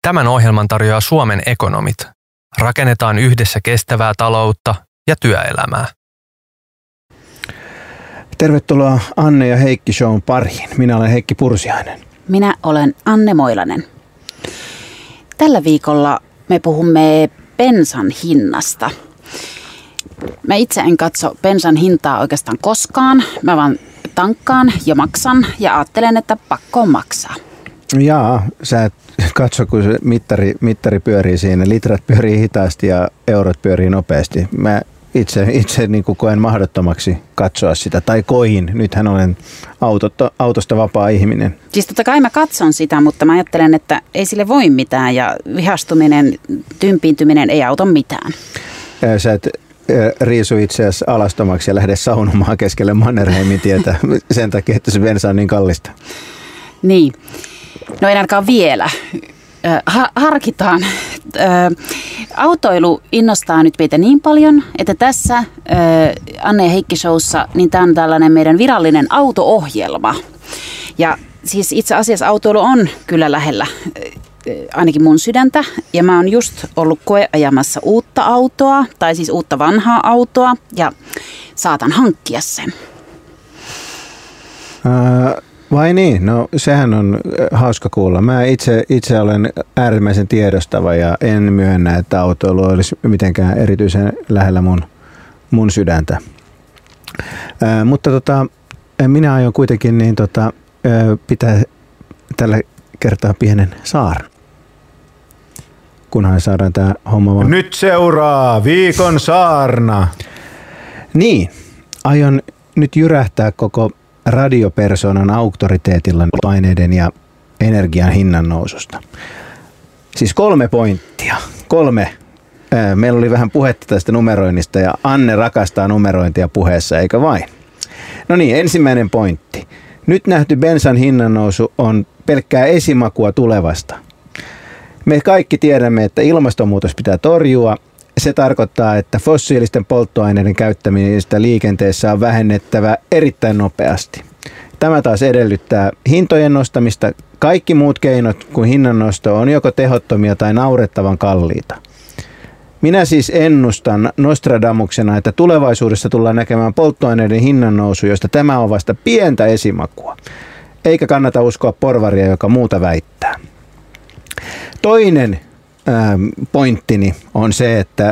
Tämän ohjelman tarjoaa Suomen ekonomit. Rakennetaan yhdessä kestävää taloutta ja työelämää. Tervetuloa Anne ja Heikki Shown pariin. Minä olen Heikki Pursiainen. Minä olen Anne Moilanen. Tällä viikolla me puhumme bensan hinnasta. Mä itse en katso bensan hintaa oikeastaan koskaan. Mä vaan tankkaan ja maksan ja ajattelen, että pakko on maksaa. Jaa, sä et katso, kun se mittari pyörii siinä. Litrat pyörii hitaasti ja eurot pyörii nopeasti. Mä itse niin kuin koen mahdottomaksi katsoa sitä, tai koin. Nythän olen autosta vapaa ihminen. Siis totta kai mä katson sitä, mutta mä ajattelen, että ei sille voi mitään ja vihastuminen, tympiintyminen ei auta mitään. Sä et riisu itseäsi alastomaksi ja lähde saunomaan keskelle Mannerheimin tietä sen takia, että se bensa on niin kallista. Niin. No ei ainakaan vielä. Harkitaan. Autoilu innostaa nyt meitä niin paljon, että tässä Anne ja Heikki Showssa, niin tämä on tällainen meidän virallinen auto-ohjelma. Ja siis itse asiassa autoilu on kyllä lähellä ainakin mun sydäntä. Ja mä oon just ollut koeajamassa uutta autoa, tai siis uutta vanhaa autoa, ja saatan hankkia sen. Vai niin? No sehän on hauska kuulla. Mä itse olen äärimmäisen tiedostava ja en myönnä, että autoilu olisi mitenkään erityisen lähellä mun sydäntä. Mutta minä aion kuitenkin pitää tällä kertaa pienen saaran. Kunhan saadaan tää homma vaan. Nyt seuraa viikon saarna. Niin, aion nyt jyrähtää koko radiopersonan auktoriteetilla paineiden ja energian hinnan noususta. Siis 3 pointtia. 3. Meillä oli vähän puhetta tästä numeroinnista ja Anne rakastaa numerointia puheessa, eikä vain? No niin, ensimmäinen pointti. Nyt nähty bensan hinnan nousu on pelkkää esimakua tulevasta. Me kaikki tiedämme, että ilmastonmuutos pitää torjua. Se tarkoittaa, että fossiilisten polttoaineiden käyttämistä liikenteessä on vähennettävä erittäin nopeasti. Tämä taas edellyttää hintojen nostamista. Kaikki muut keinot kuin hinnannosto on joko tehottomia tai naurettavan kalliita. Minä siis ennustan Nostradamuksena, että tulevaisuudessa tullaan näkemään polttoaineiden hinnannousu, josta tämä on vasta pientä esimakua. Eikä kannata uskoa porvaria, joka muuta väittää. Toinen pointtini on se, että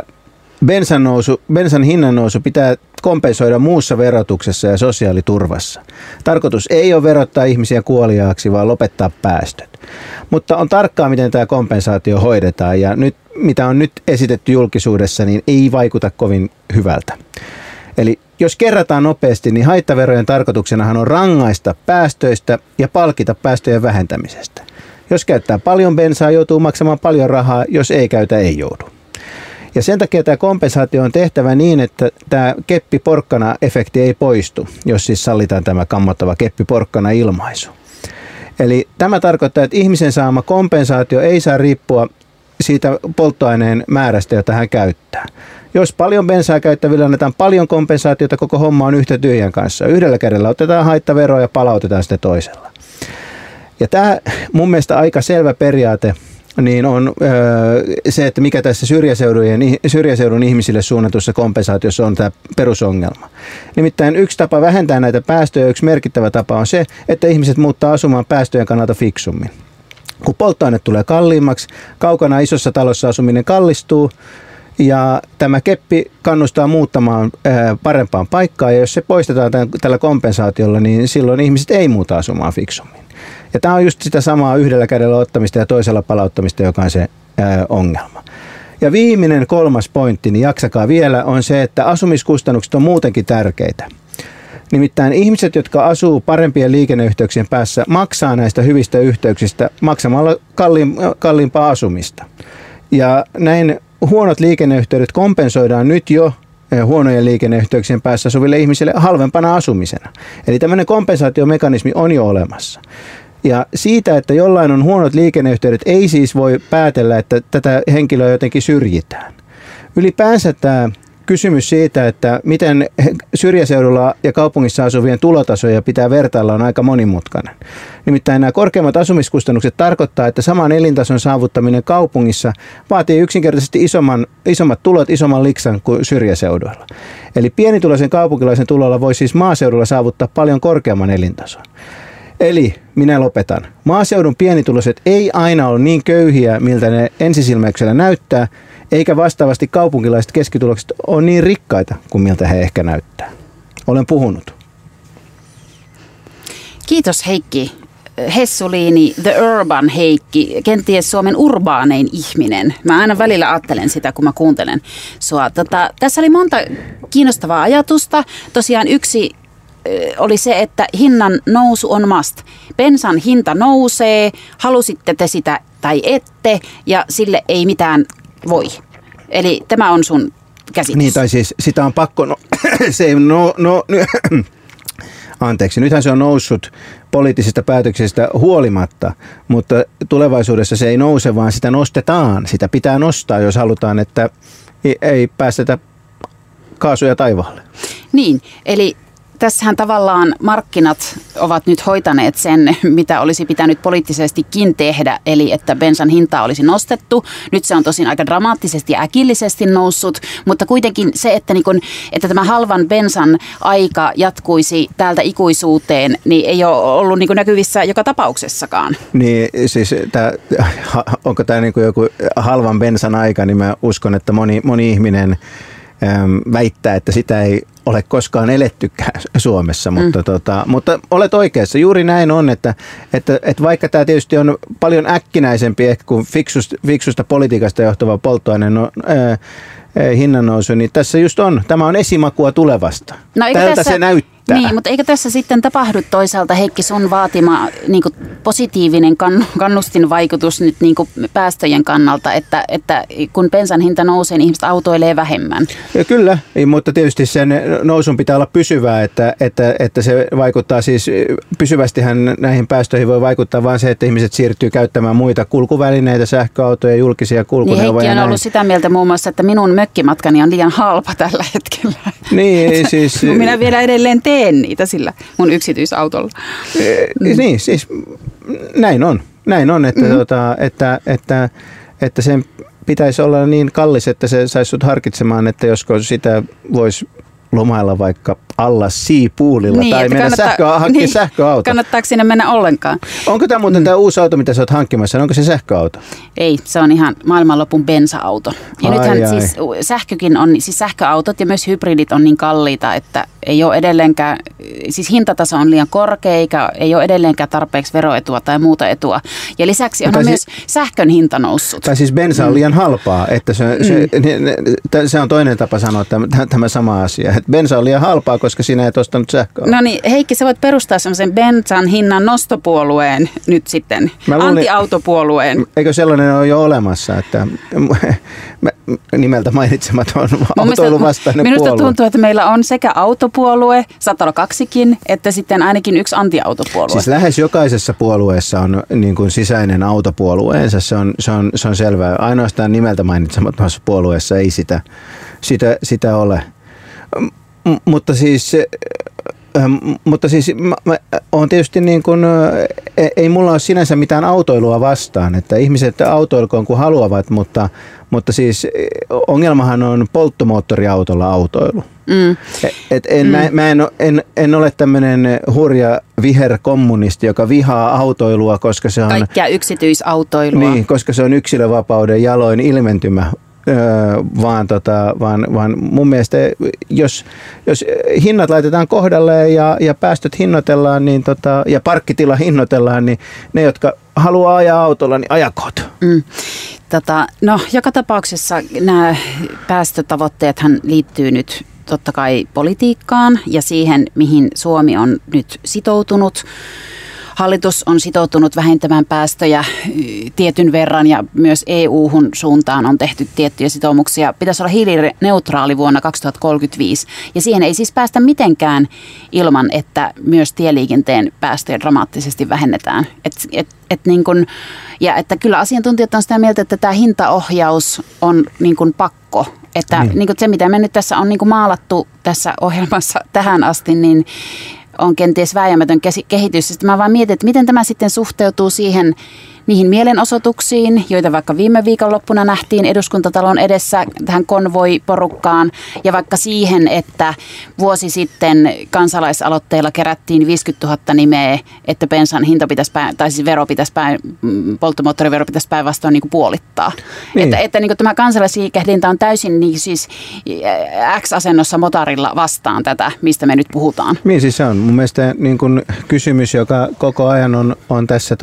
bensan hinnannousu pitää kompensoida muussa verotuksessa ja sosiaaliturvassa. Tarkoitus ei ole verottaa ihmisiä kuoliaaksi, vaan lopettaa päästöt. Mutta on tarkkaa, miten tämä kompensaatio hoidetaan, ja nyt, mitä on nyt esitetty julkisuudessa, niin ei vaikuta kovin hyvältä. Eli jos kerrataan nopeasti, niin haittaverojen tarkoituksenahan on rangaista päästöistä ja palkita päästöjen vähentämisestä. Jos käyttää paljon bensaa, joutuu maksamaan paljon rahaa, jos ei käytä, ei joudu. Ja sen takia tämä kompensaatio on tehtävä niin, että tämä keppi-porkkana-efekti ei poistu, jos siis sallitaan tämä kammottava keppi-porkkana-ilmaisu. Eli tämä tarkoittaa, että ihmisen saama kompensaatio ei saa riippua siitä polttoaineen määrästä, jota hän käyttää. Jos paljon bensaa käyttäville annetaan paljon kompensaatiota, koko homma on yhtä tyhjän kanssa. Yhdellä kädellä otetaan haittaveroa ja palautetaan sitä toisella. Ja tämä mun mielestä aika selvä periaate niin on se, että mikä tässä syrjäseudun ihmisille suunnatussa kompensaatiossa on tämä perusongelma. Nimittäin yksi tapa vähentää näitä päästöjä, yksi merkittävä tapa on se, että ihmiset muuttaa asumaan päästöjen kannalta fiksummin. Kun polttoaine tulee kalliimmaksi, kaukana isossa talossa asuminen kallistuu ja tämä keppi kannustaa muuttamaan parempaan paikkaan, ja jos se poistetaan tällä kompensaatiolla, niin silloin ihmiset ei muuta asumaan fiksummin. Ja tämä on just sitä samaa yhdellä kädellä ottamista ja toisella palauttamista, joka on se ongelma. Ja viimeinen 3. pointti, niin jaksakaa vielä, on se, että asumiskustannukset on muutenkin tärkeitä. Nimittäin ihmiset, jotka asuu parempien liikenneyhteyksien päässä, maksaa näistä hyvistä yhteyksistä maksamalla kalliimpaa asumista. Ja näin huonot liikenneyhteydet kompensoidaan nyt jo huonojen liikenneyhteyksien päässä asuville ihmisille halvempana asumisena. Eli tämmöinen kompensaatiomekanismi on jo olemassa. Ja siitä, että jollain on huonot liikenneyhteydet, ei siis voi päätellä, että tätä henkilöä jotenkin syrjitään. Ylipäänsä tämä kysymys siitä, että miten syrjäseudulla ja kaupungissa asuvien tulotasoja pitää vertailla, on aika monimutkainen. Nimittäin nämä korkeammat asumiskustannukset tarkoittaa, että saman elintason saavuttaminen kaupungissa vaatii yksinkertaisesti isommat tulot, isomman liksan kuin syrjäseuduilla. Eli pienituloisen kaupunkilaisen tulolla voi siis maaseudulla saavuttaa paljon korkeamman elintason. Eli minä lopetan. Maaseudun pienituloiset ei aina ole niin köyhiä, miltä ne ensisilmäyksellä näyttää, eikä vastaavasti kaupunkilaiset keskitulokset ole niin rikkaita kuin miltä he ehkä näyttää. Olen puhunut. Kiitos Heikki Hessuliini, The Urban Heikki, kenties Suomen urbaanein ihminen. Mä aina välillä ajattelen sitä, kun mä kuuntelen sua. Tässä oli monta kiinnostavaa ajatusta. Tosiaan yksi oli se, että hinnan nousu on must. Bensan hinta nousee, halusitte te sitä tai ette, ja sille ei mitään voi. Eli tämä on sun käsitys. Niin, tai siis sitä on pakko, anteeksi, nythän se on noussut poliittisista päätöksistä huolimatta, mutta tulevaisuudessa se ei nouse, vaan sitä nostetaan. Sitä pitää nostaa, jos halutaan, että ei päästetä kaasuja taivaalle. Niin, eli tässähän tavallaan markkinat ovat nyt hoitaneet sen, mitä olisi pitänyt poliittisestikin tehdä, eli että bensan hintaa olisi nostettu. Nyt se on tosin aika dramaattisesti ja äkillisesti noussut, mutta kuitenkin se, että tämä halvan bensan aika jatkuisi täältä ikuisuuteen, niin ei ole ollut näkyvissä joka tapauksessakaan. Niin, siis onko tämä joku halvan bensan aika, niin mä uskon, että moni ihminen väittää, että sitä ei ole koskaan elettykään Suomessa, mutta olet oikeassa. Juuri näin on, että vaikka tämä tietysti on paljon äkkinäisempi ehkä kuin fiksusta politiikasta johtuva polttoaineen hinnannousu, niin tässä just on. Tämä on esimakua tulevasta. No, tältä se näyttää. Niin, mutta eikö tässä sitten tapahdu toisaalta, Heikki, sun vaatima positiivinen kannustinvaikutus nyt päästöjen kannalta, että kun bensan hinta nousee, niin ihmiset autoilee vähemmän? Ja kyllä, mutta tietysti sen nousun pitää olla pysyvää, että se vaikuttaa siis pysyvästihän näihin päästöihin voi vaikuttaa vain se, että ihmiset siirtyy käyttämään muita kulkuvälineitä, sähköautoja, julkisia kulkuneuvoja. Niin, Heikki on ollut sitä mieltä muun muassa, että minun mökkimatkani on liian halpa tällä hetkellä. Niin, siis minä vielä edelleen teen niitä sillä mun yksityisautolla. Niin, siis näin on, että sen pitäisi olla niin kallis, että se saisi sut harkitsemaan, että josko sitä voisi lomailla vaikka Seapoolilla niin, tai mennä hankkia sähköauto. Kannattaako sinne mennä ollenkaan? Onko tämä muuten tämä uusi auto, mitä sä oot hankkimassa, onko se sähköauto? Ei, se on ihan maailmanlopun bensa-auto. Ja nythän siis sähkökin on, siis sähköautot ja myös hybridit on niin kalliita, että ei ole edelleenkään, siis hintataso on liian korkea, eikä ei ole edelleenkään tarpeeksi veroetua tai muuta etua. Ja lisäksi on myös sähkön hinta noussut. Tai siis bensa on liian halpaa, että se on toinen tapa sanoa tämä sama asia. Että bensa on liian halpaa, koska sinä et ostanut sähköä. No niin, Heikki, sä voit perustaa semmoisen bensan hinnan nostopuolueen nyt sitten, antiautopuolueen. Eikö sellainen ole jo olemassa, että nimeltä mainitsematon autoiluvastainen puolue? Minusta tuntuu, että meillä on sekä autopuolue, saattaa olla kaksikin, että sitten ainakin yksi antiautopuolue. Siis lähes jokaisessa puolueessa on niin kuin sisäinen autopuolueensa, se on selvää. Ainoastaan nimeltä mainitsemattomassa puolueessa ei sitä ole. Mutta siis mä on tietysti niin kuin, ei mulla ole sinänsä mitään autoilua vastaan, että ihmiset autoilkoon kun haluavat, mutta siis ongelmahan on polttomoottoriautolla autoilu. En ole tämmöinen hurja viherkommunisti, joka vihaa autoilua, koska se on kaikkea yksityisautoilua. Niin, koska se on yksilövapauden jaloin ilmentymä. Vaan mun mielestä, jos hinnat laitetaan kohdalleen ja päästöt hinnoitellaan ja parkkitila hinnoitellaan, niin ne, jotka haluaa ajaa autolla, niin ajakoot. No, joka tapauksessa nämä päästötavoitteethan liittyy nyt totta kai politiikkaan ja siihen, mihin Suomi on nyt sitoutunut. Hallitus on sitoutunut vähentämään päästöjä tietyn verran ja myös EU-hun suuntaan on tehty tiettyjä sitoumuksia. Pitäisi olla hiilineutraali vuonna 2035 ja siihen ei siis päästä mitenkään ilman, että myös tieliikenteen päästöjä dramaattisesti vähennetään. Ja että kyllä asiantuntijat on sitä mieltä, että tämä hintaohjaus on niin kuin pakko. Että niin kuin se, mitä me nyt tässä on niin kuin maalattu tässä ohjelmassa tähän asti, niin on kenties vääjäämätön kehitys. Sitten mä vaan mietin, että miten tämä sitten suhteutuu niihin mielenosoituksiin, joita vaikka viime viikonloppuna nähtiin Eduskuntatalon edessä tähän konvoi-porukkaan, ja vaikka siihen, että vuosi sitten kansalaisaloitteilla kerättiin 50 000 nimeä, että bensan hinta polttomoottorivero pitäisi päinvastoin niin kuin puolittaa. Niin. Että niin kuin tämä kansalaisliikehdintä on täysin niin siis X-asennossa motarilla vastaan tätä, mistä me nyt puhutaan. Niin siis se on mun mielestä niin kuin kysymys, joka koko ajan on tässä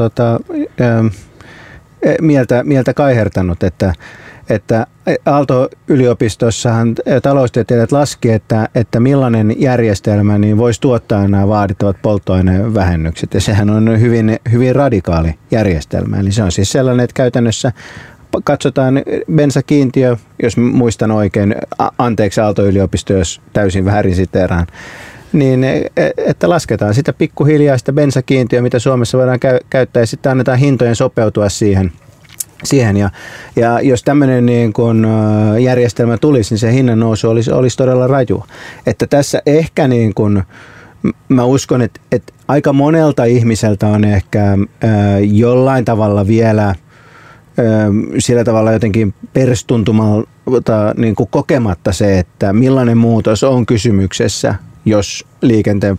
mieltä kaihertanut, että Aalto-yliopistossahan taloustieteilijät laski, että millainen järjestelmä niin voisi tuottaa nämä vaadittavat polttoainevähennykset. Ja sehän on hyvin, hyvin radikaali järjestelmä. Eli se on siis sellainen, että käytännössä katsotaan bensakiintiö, jos muistan oikein, anteeksi Aalto-yliopisto, jos täysin väärin siteeraan, niin että lasketaan sitä pikkuhiljaa sitä bensakiintiöä, mitä Suomessa voidaan käyttää, ja sitten annetaan hintojen sopeutua siihen. Ja jos tämmöinen niin kun järjestelmä tulisi, niin se hinnan nousu olisi todella raju. Että tässä ehkä niin kun, mä uskon, että aika monelta ihmiseltä on ehkä jollain tavalla vielä sillä tavalla jotenkin perstuntumalta niin kuin kokematta se, että millainen muutos on kysymyksessä, jos liikenteen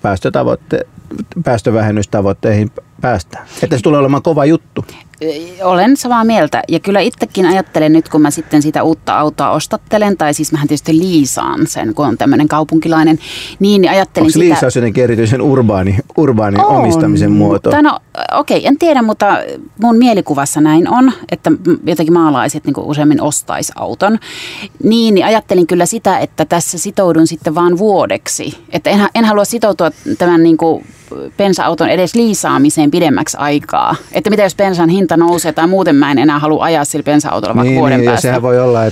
päästövähennystavoitteihin päästään. Että se tulee olemaan kova juttu. Olen samaa mieltä, ja kyllä itsekin ajattelen nyt, kun mä sitten sitä uutta autoa ostattelen, tai siis mähän tietysti liisaan sen, kun on tämmöinen kaupunkilainen, niin ajattelin sitä. Onko liisaus jotenkin erityisen urbaani omistamisen muoto? No okei, en tiedä, mutta mun mielikuvassa näin on, että jotenkin maalaiset niin kuin useammin ostaisi auton. Niin ajattelin kyllä sitä, että tässä sitoudun sitten vaan vuodeksi, että en halua sitoutua tämän niin kuin bensa-auton edes liisaamiseen pidemmäksi aikaa. Että mitä jos bensan hinta nousee tai muuten mä en enää halua ajaa sillä bensa-autolla vaikka vuoden päästä. Sehän voi olla,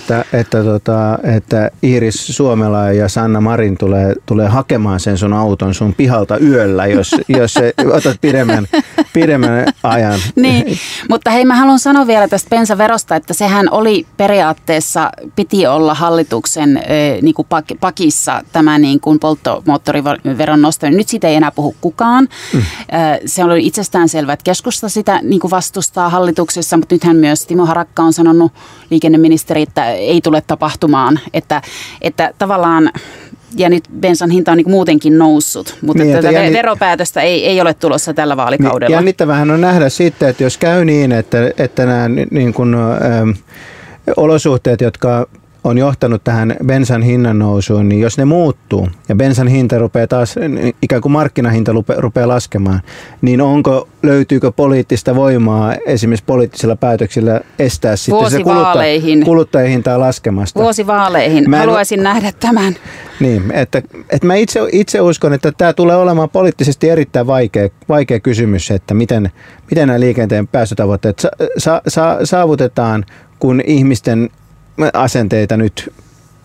että Iiris Suomela ja Sanna Marin tulee hakemaan sen sun auton sun pihalta yöllä, jos otat pidemmän ajan. Niin, mutta hei, mä haluan sanoa vielä tästä bensaverosta, että sehän oli periaatteessa, piti olla hallituksen niin kuin pakissa tämä niin kuin polttomoottoriveron nosto. Nyt siitä ei enää puhu kukaan. Se oli itsestään selvä, että keskusta sitä niin kuin vastustaa hallituksessa, mutta nythän myös Timo Harakka on sanonut, liikenneministeri, että ei tule tapahtumaan, että tavallaan, ja nyt bensan hinta on niin muutenkin noussut, mutta niin, tätä veropäätöstä ei ole tulossa tällä vaalikaudella. Jännittävähän on nähdä sitten, että jos käy niin, että nämä niin kuin, olosuhteet, jotka on johtanut tähän bensan hinnan nousuun, niin jos ne muuttuu ja bensan hinta rupeaa taas, ikään kuin markkinahinta rupeaa laskemaan, niin löytyykö poliittista voimaa esimerkiksi poliittisilla päätöksillä estää sitten se kuluttajahintaa laskemasta? Vuosivaaleihin. Haluaisin nähdä tämän. Niin, että mä itse uskon, että tämä tulee olemaan poliittisesti erittäin vaikea kysymys, että miten nämä liikenteen päästötavoitteet saavutetaan, kun ihmisten asenteita nyt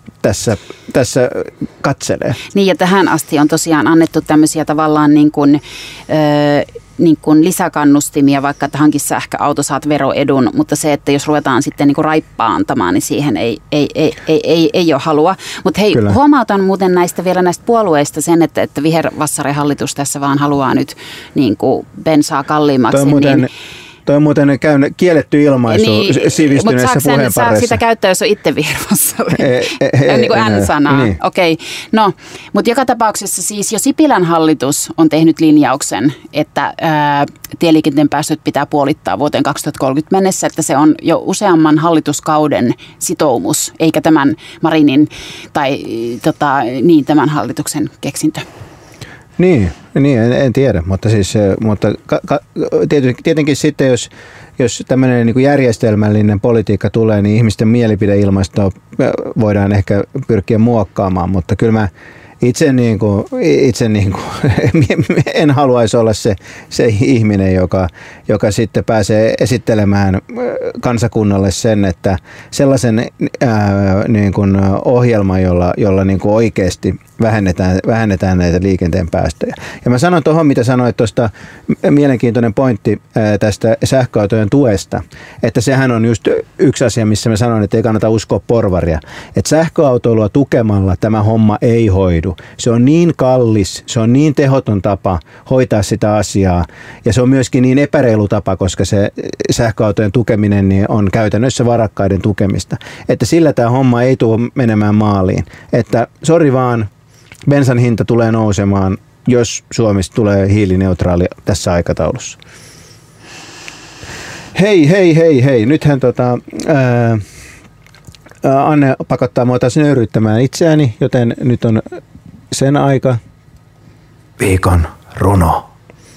tässä katselee. Niin, ja tähän asti on tosiaan annettu tämmöisiä tavallaan niin kuin lisäkannustimia, vaikka että hankissa sähköauto saat veroedun, mutta se, että jos ruvetaan sitten niin kuin raippaa antamaan, niin siihen ei ole halua. Mutta hei, kyllä. Huomautan muuten näistä puolueista sen, että vihervassarihallitus tässä vaan haluaa nyt niin kuin bensaa kalliimmaksi. Toi on muuten kielletty ilmaisu sivistyneessä puheenpareissa. Mutta saako sitä käyttää, jos on itse vihervassari? Niin kuin N-sanaa. Niin. Okei. No, mutta joka tapauksessa siis jo Sipilän hallitus on tehnyt linjauksen, että tieliikenteen päästöt pitää puolittaa vuoteen 2030 mennessä, että se on jo useamman hallituskauden sitoumus, eikä tämän Marinin tai tämän hallituksen keksintö. Niin, en tiedä, mutta tietenkin sitten, jos tämmöinen niin kuin järjestelmällinen politiikka tulee, niin ihmisten mielipideilmastoa voidaan ehkä pyrkiä muokkaamaan, mutta kyllä mä Itse en haluaisi olla se ihminen, joka sitten pääsee esittelemään kansakunnalle sen, että sellaisen niin kuin ohjelman, jolla niin kuin oikeasti vähennetään näitä liikenteen päästöjä. Ja mä sanon tuohon, mitä sanoit tuosta, mielenkiintoinen pointti tästä sähköautojen tuesta, että sehän on just yksi asia, missä mä sanon, että ei kannata uskoa porvaria. Että sähköautoilua tukemalla tämä homma ei hoidu. Se on niin kallis, se on niin tehoton tapa hoitaa sitä asiaa ja se on myöskin niin epäreilu tapa, koska se sähköautojen tukeminen niin on käytännössä varakkaiden tukemista. Että sillä tämä homma ei tule menemään maaliin. Että sori vaan, bensan hinta tulee nousemaan, jos Suomesta tulee hiilineutraali tässä aikataulussa. Hei. Nythän Anne pakottaa mua taas nöyryyttämään itseäni, joten nyt on sen aika. Viikon runo.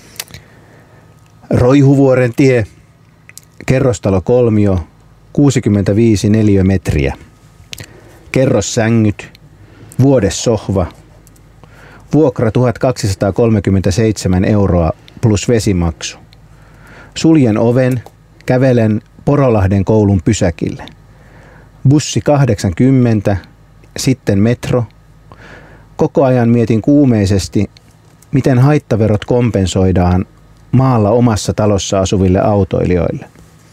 Roihuvuoren tie, kerrostalo kolmio, 65 neliömetriä. Kerrossängyt, vuodessohva, vuokra 1237 € plus vesimaksu. Suljen oven, kävelen Porolahden koulun pysäkille. Bussi 80, sitten metro. Koko ajan mietin kuumeisesti, miten haittaverot kompensoidaan maalla omassa talossa asuville autoilijoille.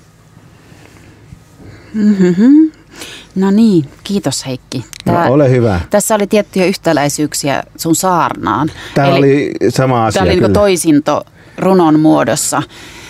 Mm-hmm. No niin, kiitos Heikki. Ole hyvä. Tässä oli tiettyjä yhtäläisyyksiä sun saarnaan. Tämä oli sama asia. Tämä oli niin toisinto runon muodossa.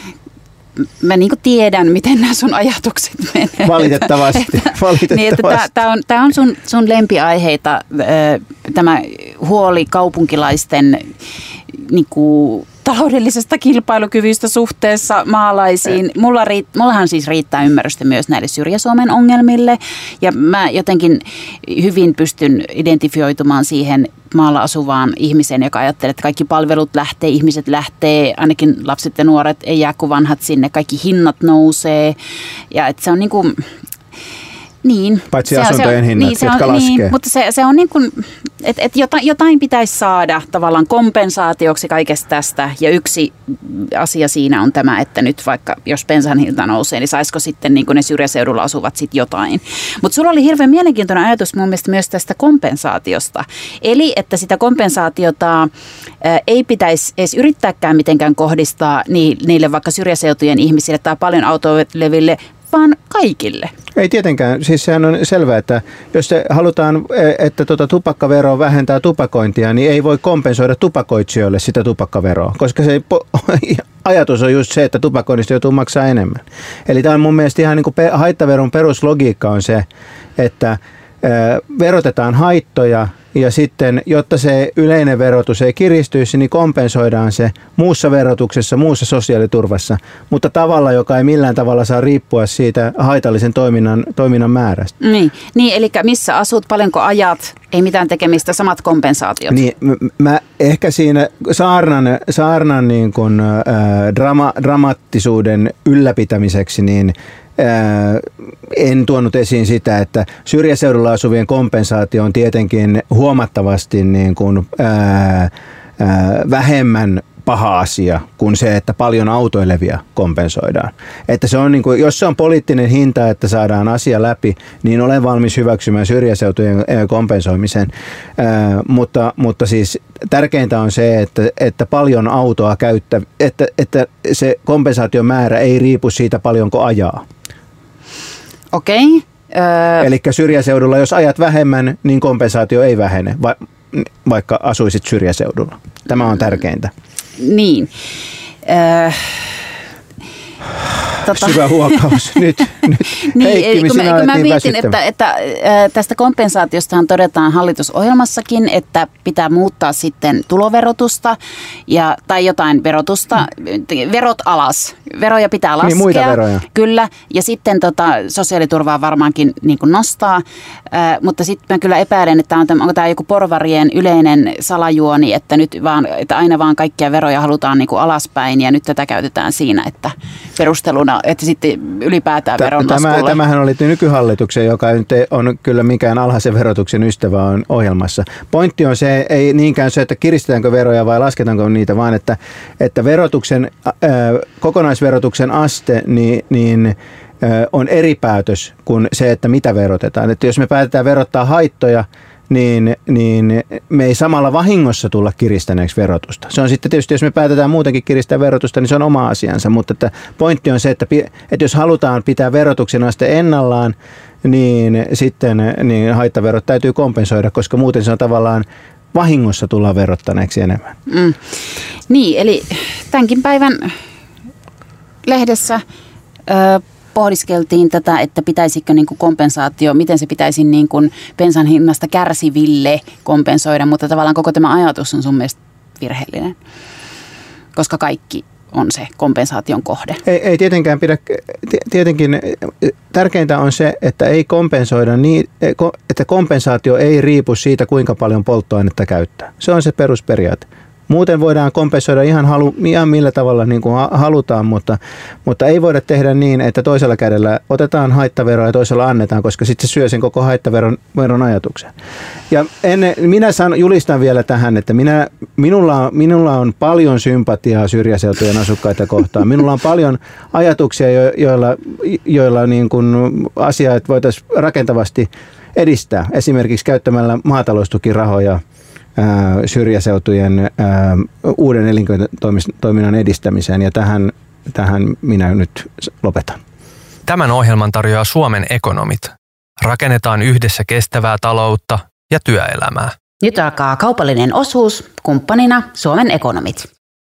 Mä niin kuin tiedän, miten nämä sun ajatukset menee. Valitettavasti. Niin, tämä on sun lempiaiheita, tämä huoli kaupunkilaisten niin kuin taloudellisesta kilpailukyvystä suhteessa maalaisiin. Mullahan siis riittää ymmärrystä myös näille Syrjä-Suomen ongelmille. Ja mä jotenkin hyvin pystyn identifioitumaan siihen maalla asuvaan ihmiseen, joka ajattelee, että kaikki palvelut lähtee, ihmiset lähtee, ainakin lapset ja nuoret ei jää kuin vanhat sinne, kaikki hinnat nousee. Ja että se on niin kuin niin. Paitsi asuntojen hinnat, niin, jotka laskee. Niin, mutta se on niin kuin, että jotain pitäisi saada tavallaan kompensaatioksi kaikesta tästä. Ja yksi asia siinä on tämä, että nyt vaikka jos bensan hinta nousee, niin saisiko sitten niin kuin ne syrjäseudulla asuvat sitten jotain. Mutta sulla oli hirveän mielenkiintoinen ajatus mun mielestä myös tästä kompensaatiosta. Eli että sitä kompensaatiota ei pitäisi edes yrittääkään mitenkään kohdistaa niille vaikka syrjäseutujen ihmisille tai paljon autoileville, vaan kaikille. Ei tietenkään. Siis sehän on selvää, että jos halutaan, että tupakkavero vähentää tupakointia, niin ei voi kompensoida tupakoitsijoille sitä tupakkaveroa, koska se ajatus on just se, että tupakoinnista joutuu maksaa enemmän. Eli tämä on mun mielestä ihan niin kuin haittaveron peruslogiikka on se, että verotetaan haittoja ja sitten, jotta se yleinen verotus ei kiristyisi, niin kompensoidaan se muussa verotuksessa, muussa sosiaaliturvassa, mutta tavalla, joka ei millään tavalla saa riippua siitä haitallisen toiminnan määrästä. Niin, eli missä asut, paljonko ajat, ei mitään tekemistä, samat kompensaatiot. Niin, mä ehkä siinä saarnan niin kuin, dramaattisuuden ylläpitämiseksi, niin en tuonut esiin sitä, että syrjäseudulla asuvien kompensaatio on tietenkin huomattavasti niin kuin, vähemmän paha asia kuin se, että paljon autoilevia kompensoidaan. Että se on niin kuin, jos se on poliittinen hinta, että saadaan asia läpi, niin olen valmis hyväksymään syrjäseutujen kompensoimisen. Mutta siis tärkeintä on se, että paljon autoa käyttä, että se kompensaation määrä ei riipu siitä paljonko ajaa. Okei. Eli syrjäseudulla, jos ajat vähemmän, niin kompensaatio ei vähene, vaikka asuisit syrjäseudulla. Tämä on tärkeintä. Niin. Syvä huokaus. Nyt. Niin, Heikki, kun mä mietin, että tästä kompensaatiostahan todetaan hallitusohjelmassakin, että pitää muuttaa sitten tuloverotusta tai jotain verotusta, verot alas. Veroja pitää laskea. Niin, muita veroja. Kyllä, ja sitten sosiaaliturvaa varmaankin niin kuin nostaa, mutta sitten mä kyllä epäilen, että onko tämä joku porvarien yleinen salajuoni, että nyt vaan, että aina vaan kaikkia veroja halutaan niin kuin alaspäin, ja nyt tätä käytetään siinä, että perusteluna että sitten ylipäätään veronlaskulle. Tämähän oli nykyhallituksen, joka nyt on kyllä mikään alhaisen verotuksen ystävä on ohjelmassa. Pointti on se, ei niinkään se, että kiristetäänkö veroja vai lasketaanko niitä, vaan että verotuksen, kokonaisverotuksen aste niin on eri päätös kuin se, että mitä verotetaan. Että jos me päätetään verottaa haittoja, niin me ei samalla vahingossa tulla kiristäneeksi verotusta. Se on sitten tietysti, jos me päätetään muutenkin kiristää verotusta, niin se on oma asiansa, mutta että pointti on se, että jos halutaan pitää verotuksen aste ennallaan, niin sitten haittaverot täytyy kompensoida, koska muuten se on tavallaan vahingossa tullaan verottaneeksi enemmän. Niin, eli tämänkin päivän lehdessä pohdiskeltiin tätä, että pitäisikö niin kuin kompensaatio, miten se pitäisi niin kuin bensan hinnasta kärsiville kompensoida, mutta tavallaan koko tämä ajatus on sun mielestä virheellinen, koska kaikki on se kompensaation kohde. Ei tietenkään pidä, tietenkin tärkeintä on se, että ei kompensoida niin, että kompensaatio ei riipu siitä, kuinka paljon polttoainetta käyttää. Se on se perusperiaate. Muuten voidaan kompensoida ihan millä tavalla niin kuin halutaan, mutta ei voida tehdä niin, että toisella kädellä otetaan haittaveroa ja toisella annetaan, koska sitten se syö sen koko haittaveron ajatuksen. Ja minä julistan vielä tähän, että minulla on paljon sympatiaa syrjäseutujen asukkaita kohtaan. Minulla on paljon ajatuksia, joilla niin kuin asiat voitaisiin rakentavasti edistää, esimerkiksi käyttämällä maataloustukirahoja syrjäseutujen uuden elinkeinotoiminnan edistämiseen, ja tähän minä nyt lopetan. Tämän ohjelman tarjoaa Suomen ekonomit. Rakennetaan yhdessä kestävää taloutta ja työelämää. Nyt alkaa kaupallinen osuus, kumppanina Suomen ekonomit.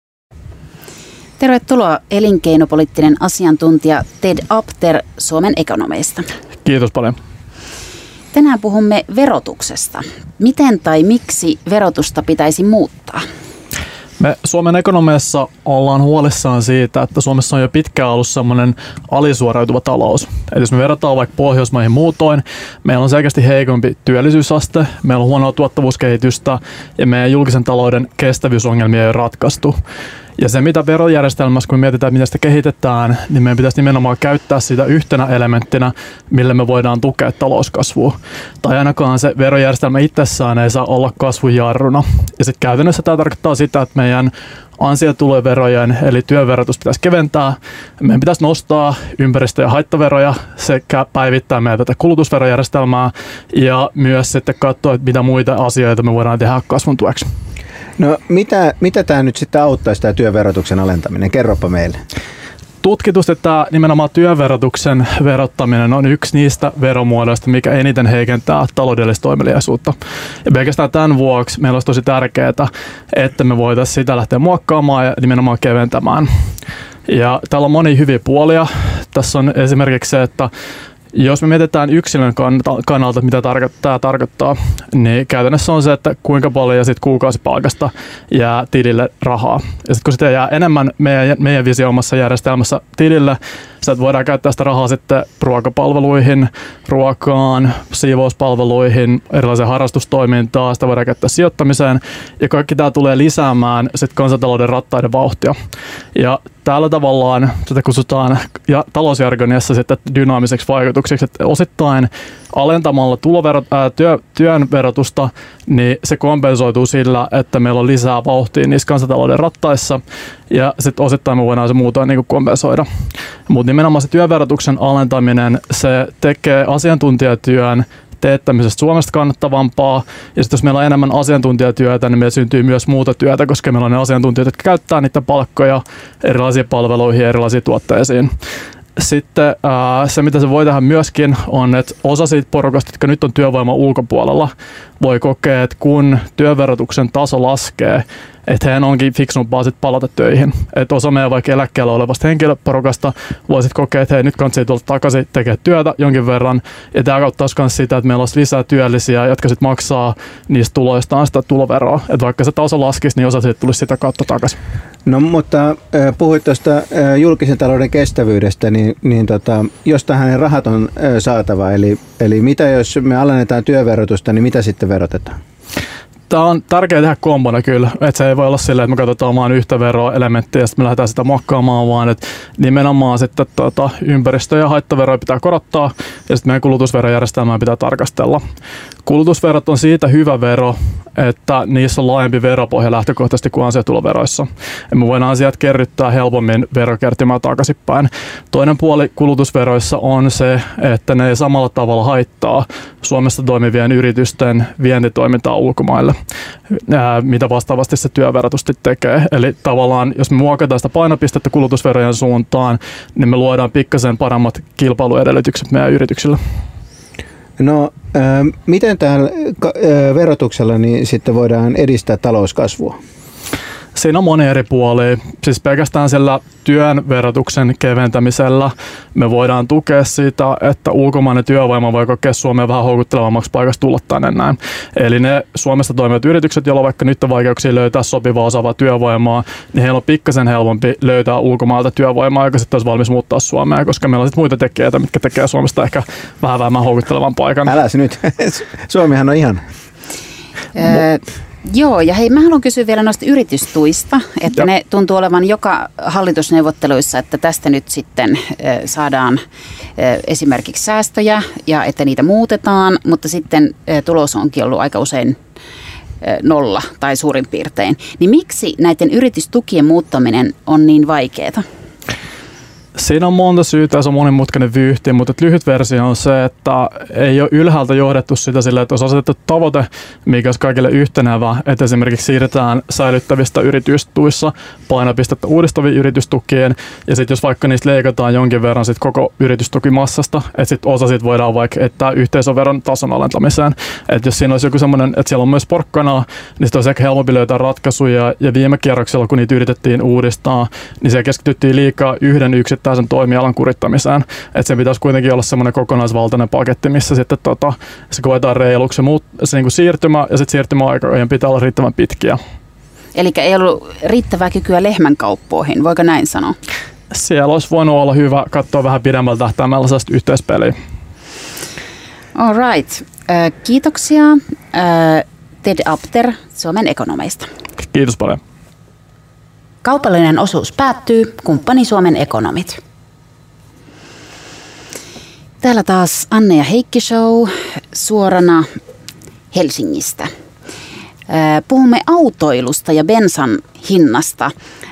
Tervetuloa elinkeinopoliittinen asiantuntija Ted Apter Suomen ekonomeista. Kiitos paljon. Tänään puhumme verotuksesta. Miten tai miksi verotusta pitäisi muuttaa? Me Suomen ekonomeissa ollaan huolissaan siitä, että Suomessa on jo pitkään ollut semmoinen alisuoriutuva talous. Eli jos me verrataan vaikka Pohjoismaihin muutoin, meillä on selkeästi heikompi työllisyysaste, meillä on huonoa tuottavuuskehitystä ja meidän julkisen talouden kestävyysongelmia ei ole ratkaistu. Ja se, mitä verojärjestelmässä, kun me mietitään, miten sitä kehitetään, niin meidän pitäisi nimenomaan käyttää sitä yhtenä elementtinä, millä me voidaan tukea talouskasvua. Tai ainakaan se verojärjestelmä itsessään ei saa olla kasvujarruna. Ja sitten käytännössä tämä tarkoittaa sitä, että meidän ansiotuloverojen eli työverotus pitäisi keventää. Meidän pitäisi nostaa ympäristö- ja haittaveroja sekä päivittää meidän tätä kulutusverojärjestelmää ja myös sitten katsoa, että mitä muita asioita me voidaan tehdä kasvun tueksi. No mitä tämä nyt sitten auttaisi, tämä työverotuksen alentaminen? Kerropa meille. Tutkitusti tämä nimenomaan työverotuksen verottaminen on yksi niistä veromuodoista, mikä eniten heikentää taloudellista toimeliaisuutta. Ja pelkästään tämän vuoksi meillä olisi tosi tärkeää, että me voitaisiin sitä lähteä muokkaamaan ja nimenomaan keventämään. Ja täällä on monia hyviä puolia. Tässä on esimerkiksi se, että jos me mietitään yksilön kannalta, mitä tämä tarkoittaa, niin käytännössä on se, että kuinka paljon sit kuukausipalkasta jää tilille rahaa. Ja sitten kun sitä jää enemmän meidän visioimassa järjestelmässä tilille, että voidaan käyttää sitä rahaa sitten ruokapalveluihin, ruokaan, siivouspalveluihin, erilaiseen harrastustoimintaan, sitä voidaan käyttää sijoittamiseen ja kaikki tämä tulee lisäämään sitten kansantalouden rattaiden vauhtia. Ja täällä tavallaan sitä kutsutaan talousjargoniassa sitten dynaamiseksi vaikutukseksi, että osittain alentamalla työn verotusta, niin se kompensoituu sillä, että meillä on lisää vauhtia niissä kansantalouden rattaissa ja sitten osittain me voidaan se muutoin niin kompensoida. Mutta nimenomaan se työverotuksen alentaminen, se tekee asiantuntijatyön teettämisestä Suomesta kannattavampaa. Ja sitten jos meillä on enemmän asiantuntijatyötä, niin meillä syntyy myös muuta työtä, koska meillä on ne asiantuntijat, jotka käyttää niitä palkkoja erilaisiin palveluihin ja erilaisiin tuotteisiin. Sitten se, mitä se voi tehdä myöskin, on, että osa siitä porukasta, jotka nyt on työvoiman ulkopuolella, voi kokea, että kun työverotuksen taso laskee, että heidän onkin fiksumpaa sitten palata töihin. Että osa meidän vaikka eläkkeellä olevasta henkilöporukasta voi sitten kokea, että hei, nyt kannattaa tulla takaisin tekemään työtä jonkin verran. Ja tämä auttaisi myös sitä, että meillä olisi lisää työllisiä, jotka sitten maksaa niistä tuloistaan sitä tuloveroa. Että vaikka se taso laskisi, niin osa siitä tulisi sitä kautta takaisin. No mutta puhuit tuosta julkisen talouden kestävyydestä, niin jostahan ne rahat on saatava. Eli mitä jos me alennetaan työverotusta, niin mitä sitten verotetaan? Tämä on tärkeää tehdä kombona kyllä, että se ei voi olla silleen, että me katsotaan vaan yhtä veroelementtiä ja sitten me lähdetään sitä mokkaamaan, vaan että nimenomaan sitten ympäristö- ja haittaveroja pitää korottaa ja sitten meidän kulutusverojärjestelmää pitää tarkastella. Kulutusverot on siitä hyvä vero, että niissä on laajempi veropohja lähtökohtaisesti kuin ansiotuloveroissa. Ja me voidaan asiat kerryttää helpommin verokertymää takaisinpäin. Toinen puoli kulutusveroissa on se, että ne ei samalla tavalla haittaa Suomessa toimivien yritysten vientitoimintaa ulkomaille, mitä vastaavasti se työverotus tekee. Eli tavallaan, jos me muokataan sitä painopistettä kulutusverojen suuntaan, niin me luodaan pikkasen paremmat kilpailuedellytykset meidän yrityksille. No, miten tällä verotuksella niin sitten voidaan edistää talouskasvua? Siinä on moni eri puolia. Siis pelkästään sillä työn verotuksen keventämisellä me voidaan tukea sitä, että ulkomainen työvoima voi kokea Suomeen vähän houkuttelevammaksi paikasta tulla tänne näin. Eli ne Suomesta toimivat yritykset, joilla on vaikka nyt on vaikeuksia löytää sopivaa osaavaa työvoimaa, niin heillä on pikkasen helpompi löytää ulkomailta työvoimaa, joka sitten olisi valmis muuttaa Suomeen, koska meillä on sitten muita tekijöitä, mitkä tekee Suomesta ehkä vähän vähemmän houkuttelevan paikan. Äläs nyt. Suomihan on ihan... Joo, ja hei, mä haluan kysyä vielä noista yritystuista, että ne tuntuu olevan joka hallitusneuvotteluissa, että tästä nyt sitten saadaan esimerkiksi säästöjä ja että niitä muutetaan, mutta sitten tulos onkin ollut aika usein nolla tai suurin piirtein. Niin miksi näiden yritystukien muuttaminen on niin vaikeaa? Siinä on monta syytä ja se on monimutkainen vyyhti, mutta lyhyt versio on se, että ei ole ylhäältä johdettu sitä sillä, että olisi asetettu tavoite, mikä olisi kaikille yhtenevä, että esimerkiksi siirretään säilyttävistä yritystuissa painopistettä uudistaviin yritystukiin ja sitten jos vaikka niistä leikataan jonkin verran sit koko yritystukimassasta, että sitten osa siitä voidaan vaikka ettää yhteisöveron tason alentamiseen. Että jos siinä olisi joku semmoinen, että siellä on myös porkkanaa, niin sitten olisi ehkä helpompi löytää ratkaisuja ja viime kierroksella, kun niitä yritettiin uudistaa, niin se keskityttiin liikaa yhden yksittäisen toimialan kurittamiseen. Että se pitäisi kuitenkin olla semmoinen kokonaisvaltainen paketti, missä sitten se koetaan reiluksi se niin siirtymä ja sitten siirtymäaikojen pitää olla riittävän pitkiä. Eli ei ollut riittävää kykyä lehmänkauppoihin, voiko näin sanoa? Siellä olisi voinut olla hyvä katsoa vähän pidemmältä tähtäimellä sellaista yhteispeliä. All right. Kiitoksia Ted Apter Suomen ekonomeista. Kiitos paljon. Kaupallinen osuus päättyy. Kumppani Suomen ekonomit. Täällä taas Anne ja Heikki Show suorana Helsingistä. Puhumme autoilusta ja bensan hinnasta.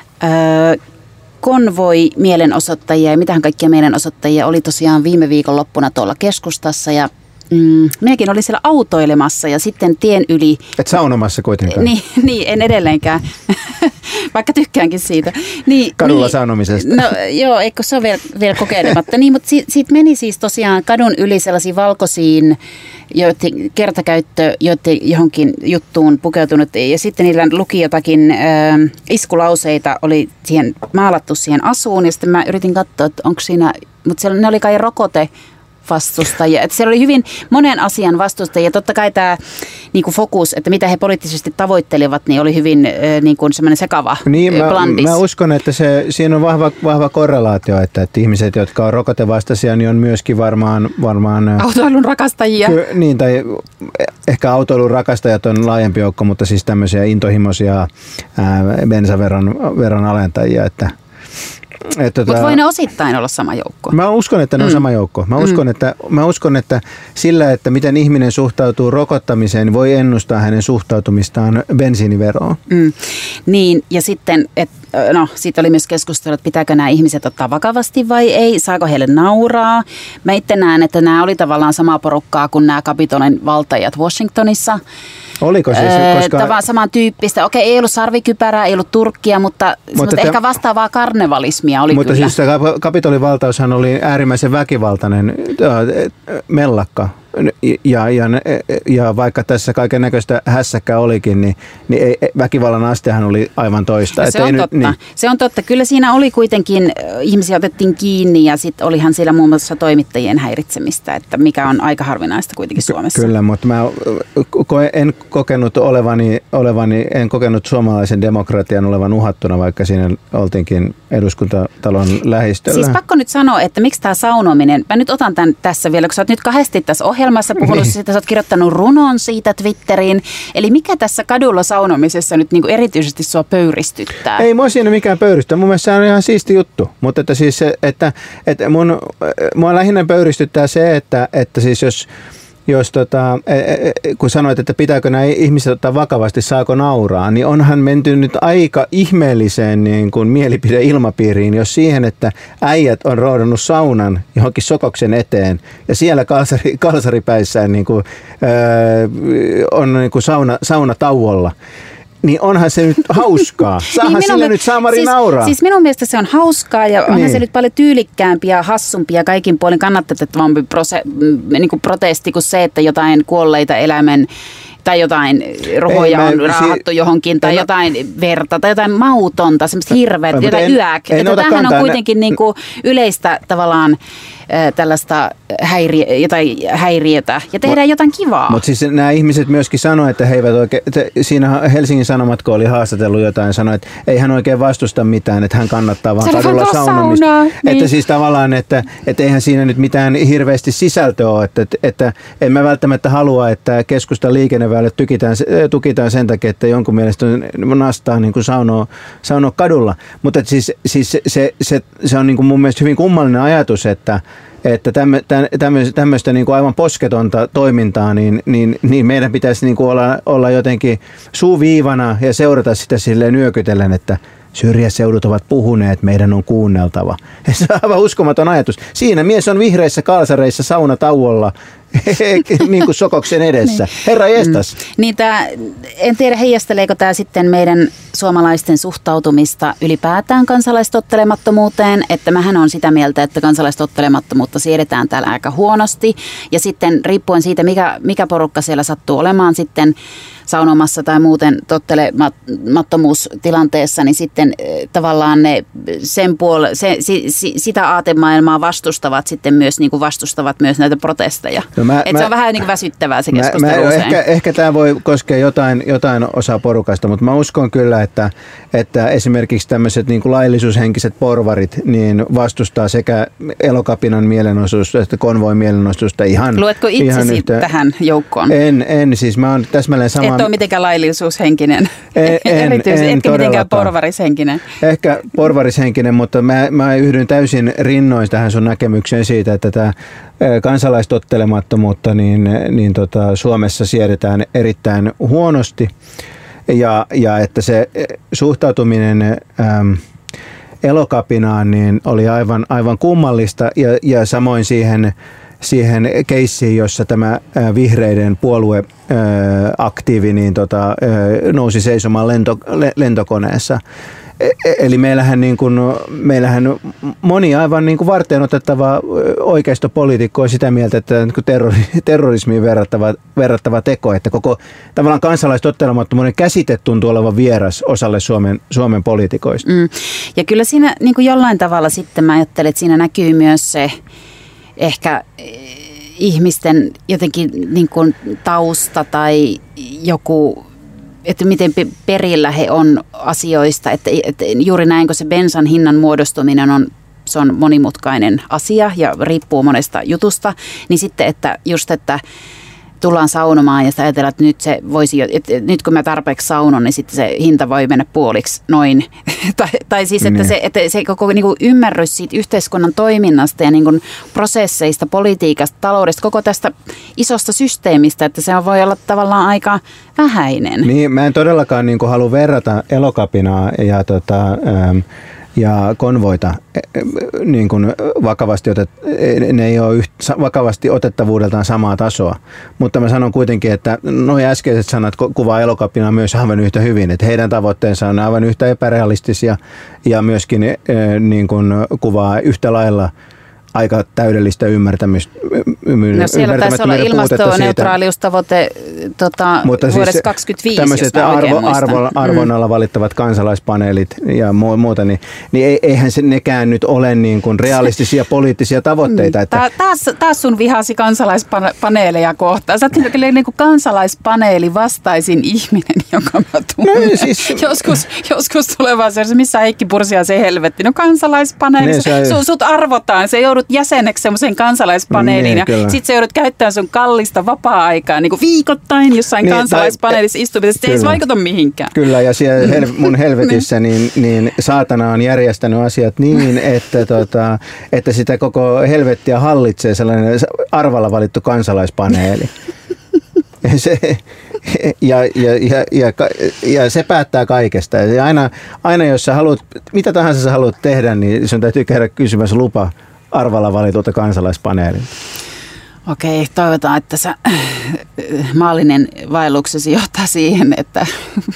Konvoi mielenosoittajia ja mitähän kaikkia mielenosoittajia oli tosiaan viime viikon loppuna tuolla keskustassa ja minäkin olin siellä autoilemassa ja sitten tien yli... Et saunomassa kuitenkaan. Niin, en edelleenkään, vaikka tykkäänkin siitä. Kadulla saunomisesta. No joo, eikö se ole vielä kokeilematta. Mutta siitä meni siis tosiaan kadun yli sellaisiin valkoisiin kertakäyttö johonkin juttuun pukeutunut ja sitten niillä luki jotakin iskulauseita, oli maalattu siihen asuun ja sitten mä yritin katsoa, että onko siinä, mutta ne oli kai rokote vastustajia. Että siellä oli hyvin monen asian vastustajia. Totta kai tämä niinku fokus, että mitä he poliittisesti tavoittelivat, niin oli hyvin niinku semmoinen sekava blandis. Mä uskon, että siinä on vahva korrelaatio, että ihmiset, jotka on rokotevastaisia, niin on myöskin varmaan autoilun rakastajia. Niin, tai ehkä autoilun rakastajat on laajempi joukko, mutta siis tämmöisiä intohimoisia bensaveron alentajia, mutta voi ne osittain olla sama joukko. Mä uskon, että ne on sama joukko. Mä uskon, että sillä, että miten ihminen suhtautuu rokottamiseen, voi ennustaa hänen suhtautumistaan bensiiniveroon. Niin, ja sitten, siitä oli myös keskustelu, että pitääkö nämä ihmiset ottaa vakavasti vai ei, saako heille nauraa. Mä itse näen, että nämä oli tavallaan samaa porukkaa kuin nämä Kapitolin valtajat Washingtonissa. Oliko siis? Koska... samantyyppistä. Okei, ei ollut sarvikypärää, ei ollut turkkia, mutta ehkä vastaavaa karnevalismia oli mutta kyllä. Mutta siis Kapitolin valtaushan oli äärimmäisen väkivaltainen mellakka. Ja vaikka tässä kaiken näköistä hässäkkää olikin, niin väkivallan astehan oli aivan toista. Se on totta. Se on totta. Kyllä siinä oli kuitenkin, ihmisiä otettiin kiinni ja sitten olihan siellä muun muassa toimittajien häiritsemistä, että mikä on aika harvinaista kuitenkin Suomessa. Kyllä, mutta mä en kokenut suomalaisen demokratian olevan uhattuna, vaikka siinä oltiinkin eduskuntatalon lähistöllä. Siis pakko nyt sanoa, että miksi tämä saunominen, mä nyt otan tämän tässä vielä, kun sä oot nyt kahdesti tässä ohjelmassa, ohjelmassa puhunut siitä, sä oot kirjoittanut runon siitä Twitteriin. Eli mikä tässä kadulla saunomisessa nyt niin kuin erityisesti sua pöyristyttää? Ei mua siinä mikään pöyristyttää. Mun mielestä se on ihan siisti juttu. Mutta että siis se, että mua lähinnä pöyristyttää se, että siis jos kun sanoit, että pitääkö nämä ihmiset ottaa vakavasti, saako nauraa, niin onhan menty nyt aika ihmeelliseen niin kuin mielipideilmapiiriin, jos siihen, että äijät on roudannut saunan johonkin sokoksen eteen ja siellä kalsaripäissään niin kuin, on niin kuin sauna tauolla. Niin onhan se nyt hauskaa. Saahan niin sille nyt Saamari nauraa. Siis minun mielestä se on hauskaa ja onhan se nyt paljon tyylikkäämpi ja hassumpi ja kaikin puolin kannatettavampi niin kuin protesti kuin se, että jotain kuolleita eläimen tai jotain rohoja on raahattu johonkin, tai jotain verta, tai jotain mautonta, semmoista hirveät, jotain yäk. Tämähän on kuitenkin niin kuin yleistä tavallaan tällaista häiriötä, ja tehdään jotain kivaa. Mutta siis nämä ihmiset myöskin sanoivat, että he eivät oikein, siinä Helsingin Sanomat, kun oli haastatellut jotain, sanoi, että ei hän oikein vastusta mitään, että hän kannattaa vaan kadulla saunomista. Niin. Että siis tavallaan, että eihän siinä nyt mitään hirveästi sisältöä ole, että en mä välttämättä halua, että keskustan liikenneväylät tukitaan sen takia, että jonkun mielestä nastaa niin kuin saunoa kadulla. Mutta siis se on niin kuin mun mielestä hyvin kummallinen ajatus, että tämmöistä niin kuin aivan posketonta toimintaa, niin meidän pitäisi niin kuin olla jotenkin suuviivana ja seurata sitä silleen nyökytellen, että syrjäseudut ovat puhuneet, meidän on kuunneltava. Se on aivan uskomaton ajatus. Siinä mies on vihreissä kalsareissa saunatauolla niin kuin sokoksen edessä. Herra jestas. Niin en tiedä, heijasteleeko tämä sitten meidän suomalaisten suhtautumista ylipäätään kansalaistottelemattomuuteen, että mähän on sitä mieltä, että kansalaistottelemattomuutta siedetään täällä aika huonosti, ja sitten riippuen siitä, mikä porukka siellä sattuu olemaan sitten saunomassa tai muuten tottelemattomuustilanteessa, niin sitten tavallaan ne sitä aatemaailmaa vastustavat sitten myös niin kuin vastustavat myös näitä protesteja. No se on vähän niin kuin väsyttävää se keskustelu usein. Ehkä tämä voi koskea jotain osaa porukasta, mutta mä uskon kyllä, että esimerkiksi tämmöiset niin kuin laillisuushenkiset porvarit niin vastustaa sekä Elokapinan mielenosoitusta että konvoin mielenosoitusta ihan. Luetko itsesi tähän joukkoon? En, siis mä oon täsmälleen sama. Et ole mitenkään laillisuushenkinen. Etkä mitenkään porvarishenkinen. Ehkä porvarishenkinen, mutta mä yhdyn täysin rinnoin tähän sun näkemykseen siitä, että tämä kansalaistottelemattomuutta niin Suomessa siedetään erittäin huonosti ja että se suhtautuminen Elokapinaan niin oli aivan kummallista ja samoin siihen keissiin, jossa tämä vihreiden puolueaktiivi niin nousi seisomaan lentokoneessa. Eli meillähän moni aivan niin kuin varteen otettava oikeistopoliitikko on sitä mieltä, että terrorismiin verrattava teko, että koko tavallaan kansalaistottelemattomuuden käsite tuntuu olevan vieras osalle Suomen poliitikoista. Ja kyllä siinä niin kuin jollain tavalla sitten mä ajattelen, että siinä näkyy myös se ehkä ihmisten jotenkin niin kuin tausta tai joku, että miten perillä he on asioista, että juuri näin, kun se bensan hinnan muodostuminen se on monimutkainen asia ja riippuu monesta jutusta, niin sitten, että tullaan saunomaan ja sitä ajatellaan, että nyt kun mä tarpeeksi saunon, niin sitten se hinta voi mennä puoliksi noin. tai siis, että se koko niin kuin ymmärrys siitä yhteiskunnan toiminnasta ja niin kuin prosesseista, politiikasta, taloudesta, koko tästä isosta systeemistä, että se voi olla tavallaan aika vähäinen. Niin, mä en todellakaan niin kuin halua verrata Elokapinaa ja konvoita niin kuin ne ei ole vakavasti otettavuudeltaan samaa tasoa. Mutta mä sanon kuitenkin, että nuo äskeiset sanat kuvaa Elokapinaa myös aivan yhtä hyvin. Että heidän tavoitteensa on aivan yhtä epärealistisia ja myöskin niin kuin kuvaa yhtä lailla aika täydellistä ymmärtämistä. No siellä taisi olla ilmastoneutraaliustavoite Mutta vuodessa siis 25, tämmöiset jos mä oikein muistan. arvonnalla valittavat kansalaispaneelit ja muuta, niin eihän nekään nyt ole niin kuin realistisia poliittisia tavoitteita. Että Taas sun vihasi kansalaispaneeleja kohtaan. Sä oot niin kuin kansalaispaneeli vastaisin ihminen, joka mä tunnen. No, siis joskus tulevaisuudessa, missä Heikki Pursia se helvetti. No kansalaispaneeli, sut arvotaan. Sä joudut jäseneksi semmoiseen kansalaispaneeliin ja sit sä joudut käyttämään sun kallista vapaa-aikaa niin kuin viikoittain jossain kansalaispaneelissa istumisessa. Se ei vaikuta mihinkään. Kyllä, ja siellä mun helvetissä niin saatana on järjestänyt asiat niin, että sitä koko helvettiä hallitsee sellainen arvalla valittu kansalaispaneeli. Ja se päättää kaikesta. Ja aina jos sä haluat, mitä tahansa sä haluat tehdä, niin sun täytyy käydä kysymässä lupa arvalla valitulta kansalaispaneelilta. Okei, toivotaan, että sä maallinen vaelluksesi johtaa siihen, että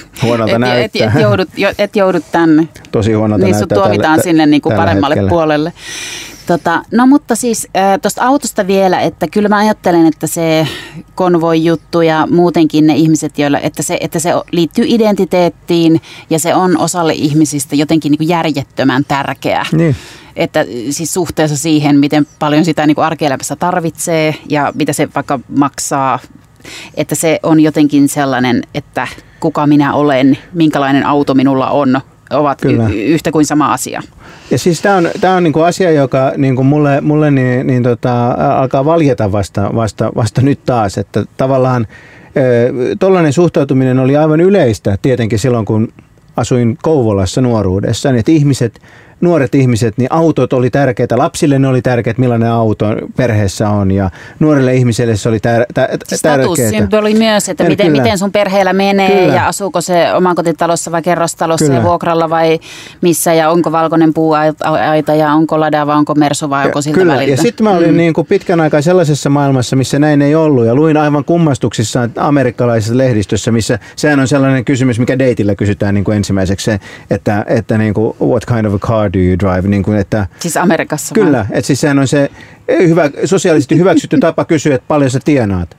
et joudut tänne. Tosi huonolta niin näyttää. Niin sut tuomitaan sinne niin kuin paremmalle hetkellä puolelle. No mutta siis tuosta autosta vielä, että kyllä mä ajattelen, että se konvoi-juttu ja muutenkin ne ihmiset, joilla, että se liittyy identiteettiin ja se on osalle ihmisistä jotenkin niin kuin järjettömän tärkeä. Niin. Että siis suhteessa siihen, miten paljon sitä niin kuin arkielämässä tarvitsee ja mitä se vaikka maksaa, että se on jotenkin sellainen, että kuka minä olen, minkälainen auto minulla on, ovat yhtä kuin sama asia. Ja siis tämä on niinku asia, joka niinku mulle alkaa valjeta vasta nyt taas, että tavallaan tollainen suhtautuminen oli aivan yleistä tietenkin silloin, kun asuin Kouvolassa nuoruudessa, niin että nuoret ihmiset, niin autot oli tärkeitä. Lapsille ne oli tärkeitä, millainen auto perheessä on, ja nuorille ihmisille se oli tärkeää. Statussymboli myös, että miten sun perheellä menee, ja asuuko se omakotitalossa vai kerrostalossa ja vuokralla vai missä, ja onko valkoinen puuaita, ja onko Lada vai onko Mersu vai onko siltä väliltä. Ja sitten mä olin niin kuin pitkän aikaa sellaisessa maailmassa, missä näin ei ollut, ja luin aivan kummastuksissaan amerikkalaisessa lehdistössä, missä sehän on sellainen kysymys, mikä deitillä kysytään niin kuin ensimmäiseksi, että niin kuin, what kind of a car do you drive? Niin kuin, että, siis Amerikassa? Kyllä, että siis sehän on se sosiaalisesti hyväksytty tapa kysyä, että paljon sä tienaat.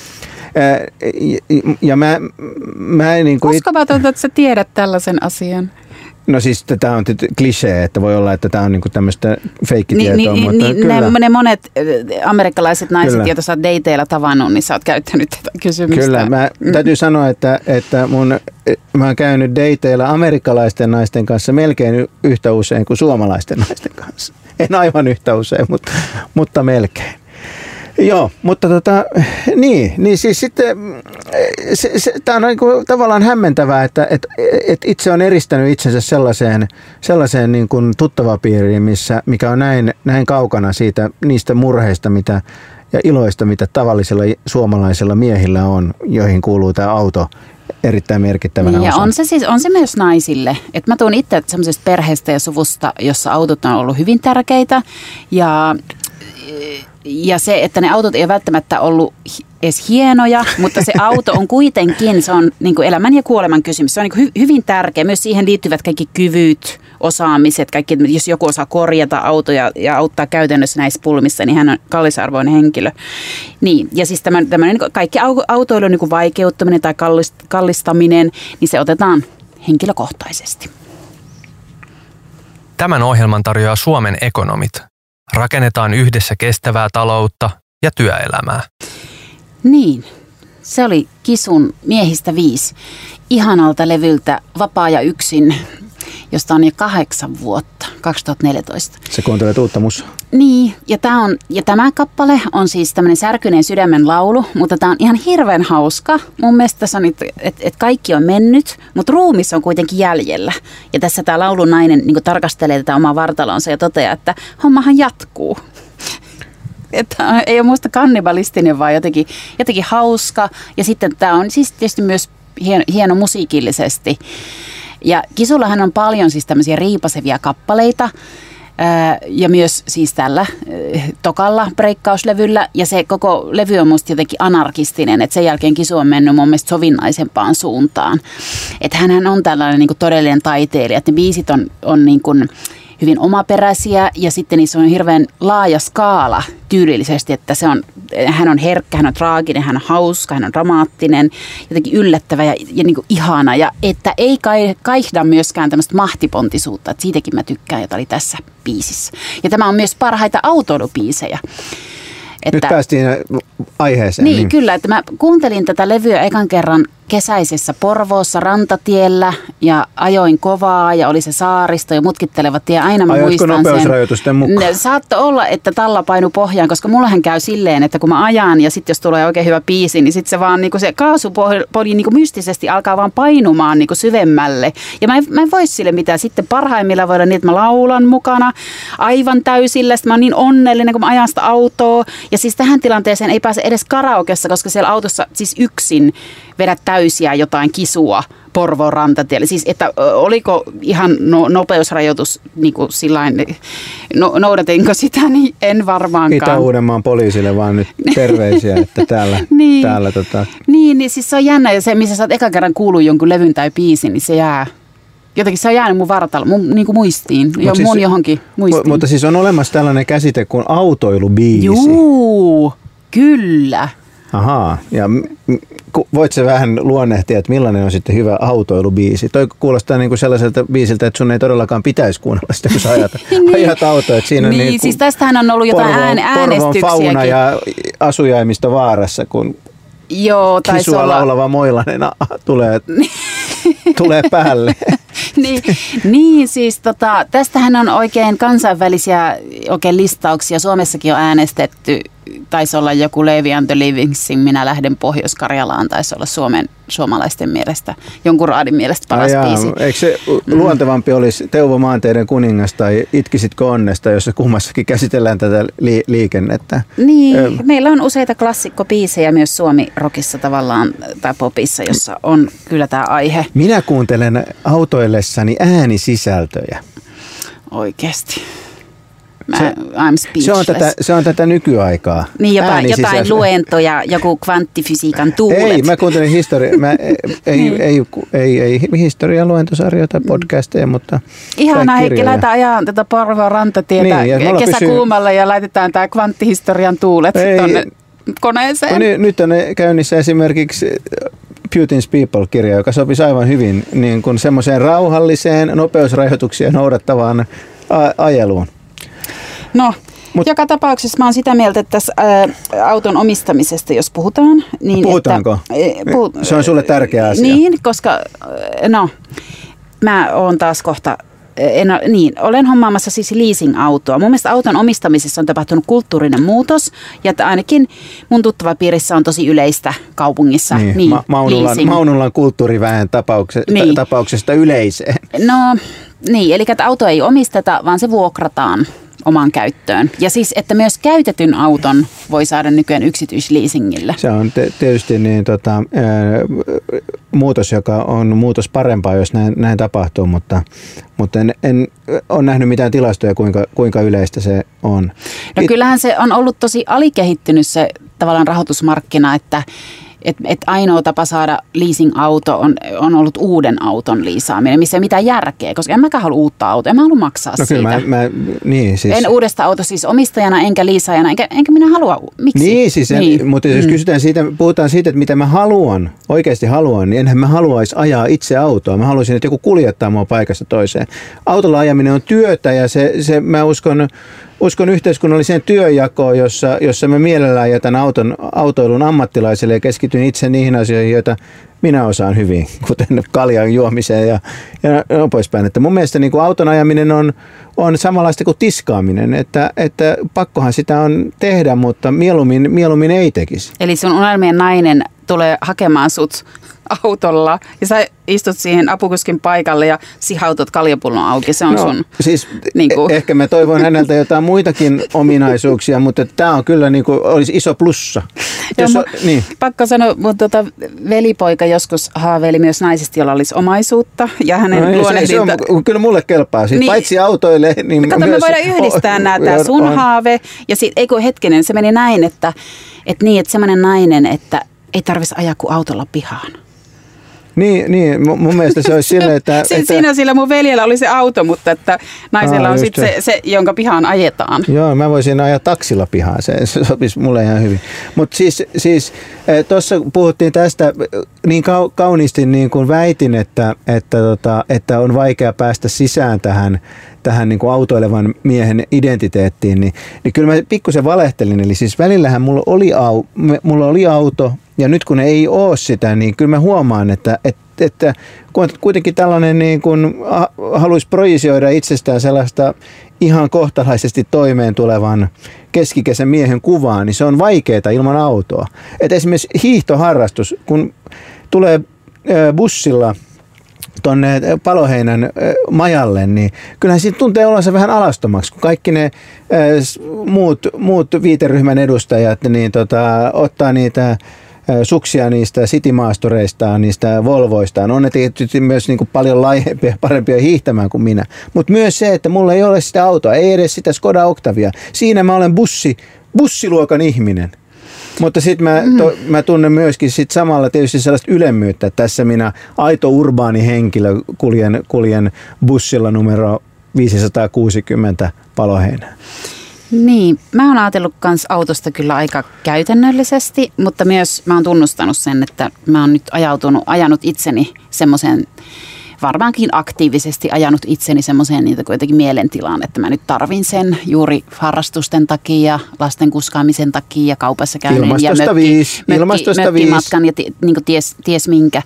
Ja mä niin kuin uskomatonta, että sä tiedät tällaisen asian. No siis tämä on klisee, että voi olla, että tämä on niinku tämmöistä feikkitietoa, mutta kyllä. Ne monet amerikkalaiset naiset, joita sä oot dateilla tavannut, niin sä oot käyttänyt tätä kysymystä. Kyllä, mä täytyy sanoa, että mä oon käynyt dateilla amerikkalaisten naisten kanssa melkein yhtä usein kuin suomalaisten naisten kanssa. En aivan yhtä usein, mutta melkein. Joo, mutta niin siis sitten tämä on niinku tavallaan hämmentävää, että itse on eristänyt itsensä sellaiseen niin kuin tuttavapiiriin, mikä on näin kaukana niistä murheista ja iloista, mitä tavallisilla suomalaisilla miehillä on, joihin kuuluu tämä auto erittäin merkittävänä niin, osana. Ja on se myös naisille. Et mä tuun itse semmoisesta perheestä ja suvusta, jossa autot on ollut hyvin tärkeitä ja se, että ne autot ei välttämättä ollut edes hienoja, mutta se auto on kuitenkin, se on niin kuin elämän ja kuoleman kysymys. Se on niin kuin hyvin tärkeä. Myös siihen liittyvät kaikki kyvyt, osaamiset, kaikki, jos joku osaa korjata autoja ja auttaa käytännössä näissä pulmissa, niin hän on kallisarvoinen henkilö. Niin, ja siis tämmöinen kaikki autoilun niin kuin vaikeuttaminen tai kallistaminen, niin se otetaan henkilökohtaisesti. Tämän ohjelman tarjoaa Suomen ekonomit. Rakennetaan yhdessä kestävää taloutta ja työelämää. Niin, se oli Kisun Miehistä 5 ihanalta levyltä Vapaa ja yksin, josta on jo 8 vuotta, 2014. Se kuuntelee uutta musaa. Niin, ja tämä kappale on siis tämmöinen Särkyneen sydämen laulu, mutta tämä on ihan hirveän hauska. Mun mielestä tässä on, että kaikki on mennyt, mutta ruumis on kuitenkin jäljellä. Ja tässä tämä laulun nainen niin tarkastelee tätä omaa vartalonsa ja toteaa, että hommahan jatkuu. Että ei ole muista kannibalistinen, vaan jotenkin hauska. Ja sitten tämä on siis tietysti myös hieno musiikillisesti. Ja Kisullahan on paljon siis tämmöisiä riipasevia kappaleita. Ja myös siis tällä tokalla breikkauslevyllä. Ja se koko levy on musta jotenkin anarkistinen. Että sen jälkeen Kisu on mennyt mun mielestä sovinnaisempaan suuntaan. Että hänhän on tällainen niin kuin todellinen taiteilija. Että ne biisit on niin kuin hyvin omaperäisiä ja sitten niissä on hirveän laaja skaala tyylillisesti, että hän on herkkä, hän on traaginen, hän on hauska, hän on dramaattinen, jotenkin yllättävä ja niin kuin ihana ja että ei kaihda myöskään tämmöistä mahtipontisuutta, että siitäkin mä tykkään, jota oli tässä biisissä. Ja tämä on myös parhaita autoilubiisejä. Nyt päästiin aiheeseen. Niin, kyllä. Että mä kuuntelin tätä levyä ekan kerran kesäisessä Porvoossa rantatiellä ja ajoin kovaa ja oli se saaristo ja mutkitteleva tie. Aina mä Ajoitko muistan nopeusrajoitusten mukaan? Saattoi olla, että talla painu pohjaan, koska mullahan käy silleen, että kun mä ajan ja sitten jos tulee oikein hyvä biisi, niin sitten se vaan niinku se kaasupoli niinku mystisesti alkaa vaan painumaan niinku syvemmälle. Ja mä en voi sille mitään. Sitten parhaimmillaan voi olla niin, että mä laulan mukana aivan täysillä. Sitten mä oon niin onnellinen, kun mä ajan sitä autoa. Ja siis tähän tilanteeseen ei pääse edes karaokessa, koska siellä autossa siis yksin vedät täysiä jotain kisua Porvoon rantatielle. Siis että oliko ihan nopeusrajoitus niin kuin sillain, noudatinko sitä, niin en varmaankaan. Itä-Uudenmaan poliisille vaan nyt terveisiä, että täällä Niin, siis se on jännä ja se, missä sä oot ekan kerran kuullut jonkun levyn tai biisin, niin se jää. Jotenkin se on jäänyt mun niin kuin muistiin, mun johonkin muistiin. Mutta siis on olemassa tällainen käsite kuin autoilubiisi. Juu, kyllä. Ahaa, ja voit sä vähän luonnehtia, että millainen on sitten hyvä autoilubiisi? Toi kuulostaa niin kuin sellaiselta biisiltä, että sun ei todellakaan pitäisi kuunnella sitä, kun sä ajat autoa. Siinä niin siis tästähän on ollut jotain äänestyksiäkin. Porvon fauna ja asujaimista vaarassa, kun kisua laulava Moilanen tulee päälle. Niin siis tästähän on oikein kansainvälisiä listauksia. Suomessakin on äänestetty. Taisi olla joku Levi and the Livingsin Minä lähden Pohjois-Karjalaan. Taisi olla suomalaisten mielestä, jonkun raadin mielestä paras biisi. Eikö se luontevampi olisi Teuvo Maanteiden kuningas tai Itkisitkö onnesta, jossa kummassakin käsitellään tätä liikennettä? Niin, meillä on useita klassikkobiisejä myös Suomi-rockissa tavallaan tai popissa, jossa on kyllä tämä aihe. Minä kuuntelen autoillessani äänisisältöjä. Oikeasti. I'm speechless. Se on tätä nykyaikaa. Niin, jotain luentoja, joku kvanttifysiikan tuulet. Ei, mä kuuntelin ei historialuentosarjoja tai podcasteja, mutta ihanaa, Heikki, lähdetään ajaa tätä Porvoon rantatietä kesäkuumalla ja laitetaan tämä kvanttihistorian tuulet tuonne koneeseen. Nyt on käynnissä esimerkiksi Putin's People-kirja, joka sopisi aivan hyvin niin kuin semmoiseen rauhalliseen, nopeusrajoituksia noudattavaan ajeluun. No, joka tapauksessa mä oon sitä mieltä, että tässä auton omistamisesta, jos puhutaan. Niin puhutaanko? Se on sulle tärkeä asia. Niin, koska mä oon taas kohta, olen hommaamassa siis leasing-autoa. Mun mielestä auton omistamisessa on tapahtunut kulttuurinen muutos, ja että ainakin mun tuttavapiirissä on tosi yleistä kaupungissa. Niin, Maunulan kulttuuriväen tapauksesta yleiseen. No, niin, eli että auto ei omisteta, vaan se vuokrataan omaan käyttöön. Ja siis, että myös käytetyn auton voi saada nykyään yksityisleasingillä. Se on tietysti muutos, joka on muutos parempaa, jos näin tapahtuu, mutta en ole nähnyt mitään tilastoja, kuinka yleistä se on. No kyllähän se on ollut tosi alikehittynyt se tavallaan rahoitusmarkkina, että ainoa tapa saada leasing-auto on ollut uuden auton liisaaminen, missä ei mitään järkeä, koska en mäkään halua uutta autoa, en mä halua maksaa siitä. En uudesta autosta siis omistajana enkä liisaajana, enkä minä halua, miksi? Niin, siis mutta jos puhutaan siitä, että mitä mä oikeasti haluan, niin enhän mä haluaisi ajaa itse autoa. Mä haluaisin, että joku kuljettaa mua paikasta toiseen. Autolla ajaminen on työtä ja se mä uskon yhteiskunnalliseen työnjakoon, jossa mä mielellään jätän autoilun ammattilaiselle ja keskityn itse niihin asioihin, joita minä osaan hyvin, kuten kaljan juomiseen ja poispäin. Että mun mielestä niin kuin auton ajaminen on samanlaista kuin tiskaaminen, että pakkohan sitä on tehdä, mutta mieluummin ei tekisi. Eli sun unelmien nainen tulee hakemaan sut autolla ja sä istut siihen apukuskin paikalle ja sihautot kaljapullon auki. Se on sun... Siis ehkä mä toivon häneltä jotain muitakin ominaisuuksia, mutta tämä on kyllä olisi iso plussa. Pakko sanoa, mutta velipoika joskus haaveili myös naisista, jolla olisi omaisuutta ja hänen luonnehdinta... Kyllä mulle kelpaa. Niin, paitsi autoille, niin kato, me voidaan yhdistää tämä sun haave ja sitten, hetkinen, se meni näin, että semmoinen nainen, että ei tarvitsisi ajaa kuin autolla pihaan. Niin, mun mielestä se olisi silleen, että... Siinä sillä mun veljellä oli se auto, mutta että naisella on sitten se, jonka pihaan ajetaan. Joo, mä voisin ajaa taksilla pihaan, se sopisi mulle ihan hyvin. Mutta siis tuossa puhuttiin tästä niin kauniisti niin kuin väitin, että on vaikea päästä sisään tähän niin kuin autoilevan miehen identiteettiin, niin kyllä mä pikkusen valehtelin. Eli siis välillähän mulla oli auto, ja nyt kun ei ole sitä, niin kyllä mä huomaan, että kuitenkin tällainen niin kuin haluaisi projisoida itsestään sellaista ihan kohtalaisesti toimeen tulevan keskikäisen miehen kuvaa, niin se on vaikeaa ilman autoa. Et esimerkiksi hiihtoharrastus, kun tulee bussilla tuonne Paloheinän majalle, niin kyllähän siitä tuntee olonsa vähän alastomaksi, kun kaikki ne muut viiteryhmän edustajat niin ottaa niitä suksia niistä citymaastureistaan, niistä Volvoistaan. On ne tietysti myös niin kuin paljon laajempia ja parempia hiihtämään kuin minä. Mutta myös se, että mulla ei ole sitä autoa, ei edes sitä Skoda Octavia. Siinä mä olen bussiluokan ihminen. Mutta sitten mä tunnen myöskin sit samalla tietysti sellaista ylemmyyttä, että tässä minä aito urbaani henkilö kuljen bussilla numero 560 Paloheinään. Niin, mä oon ajatellut kans autosta kyllä aika käytännöllisesti, mutta myös mä oon tunnustanut sen, että mä oon nyt ajanut itseni semmoiseen, varmaankin aktiivisesti ajanut itseni semmoiseen niitä kuitenkin mielentilaan, että mä nyt tarvin sen juuri harrastusten takia, lasten kuskaamisen takia, kaupassa käynnin ja mökkimatkan ja niin ties minkä.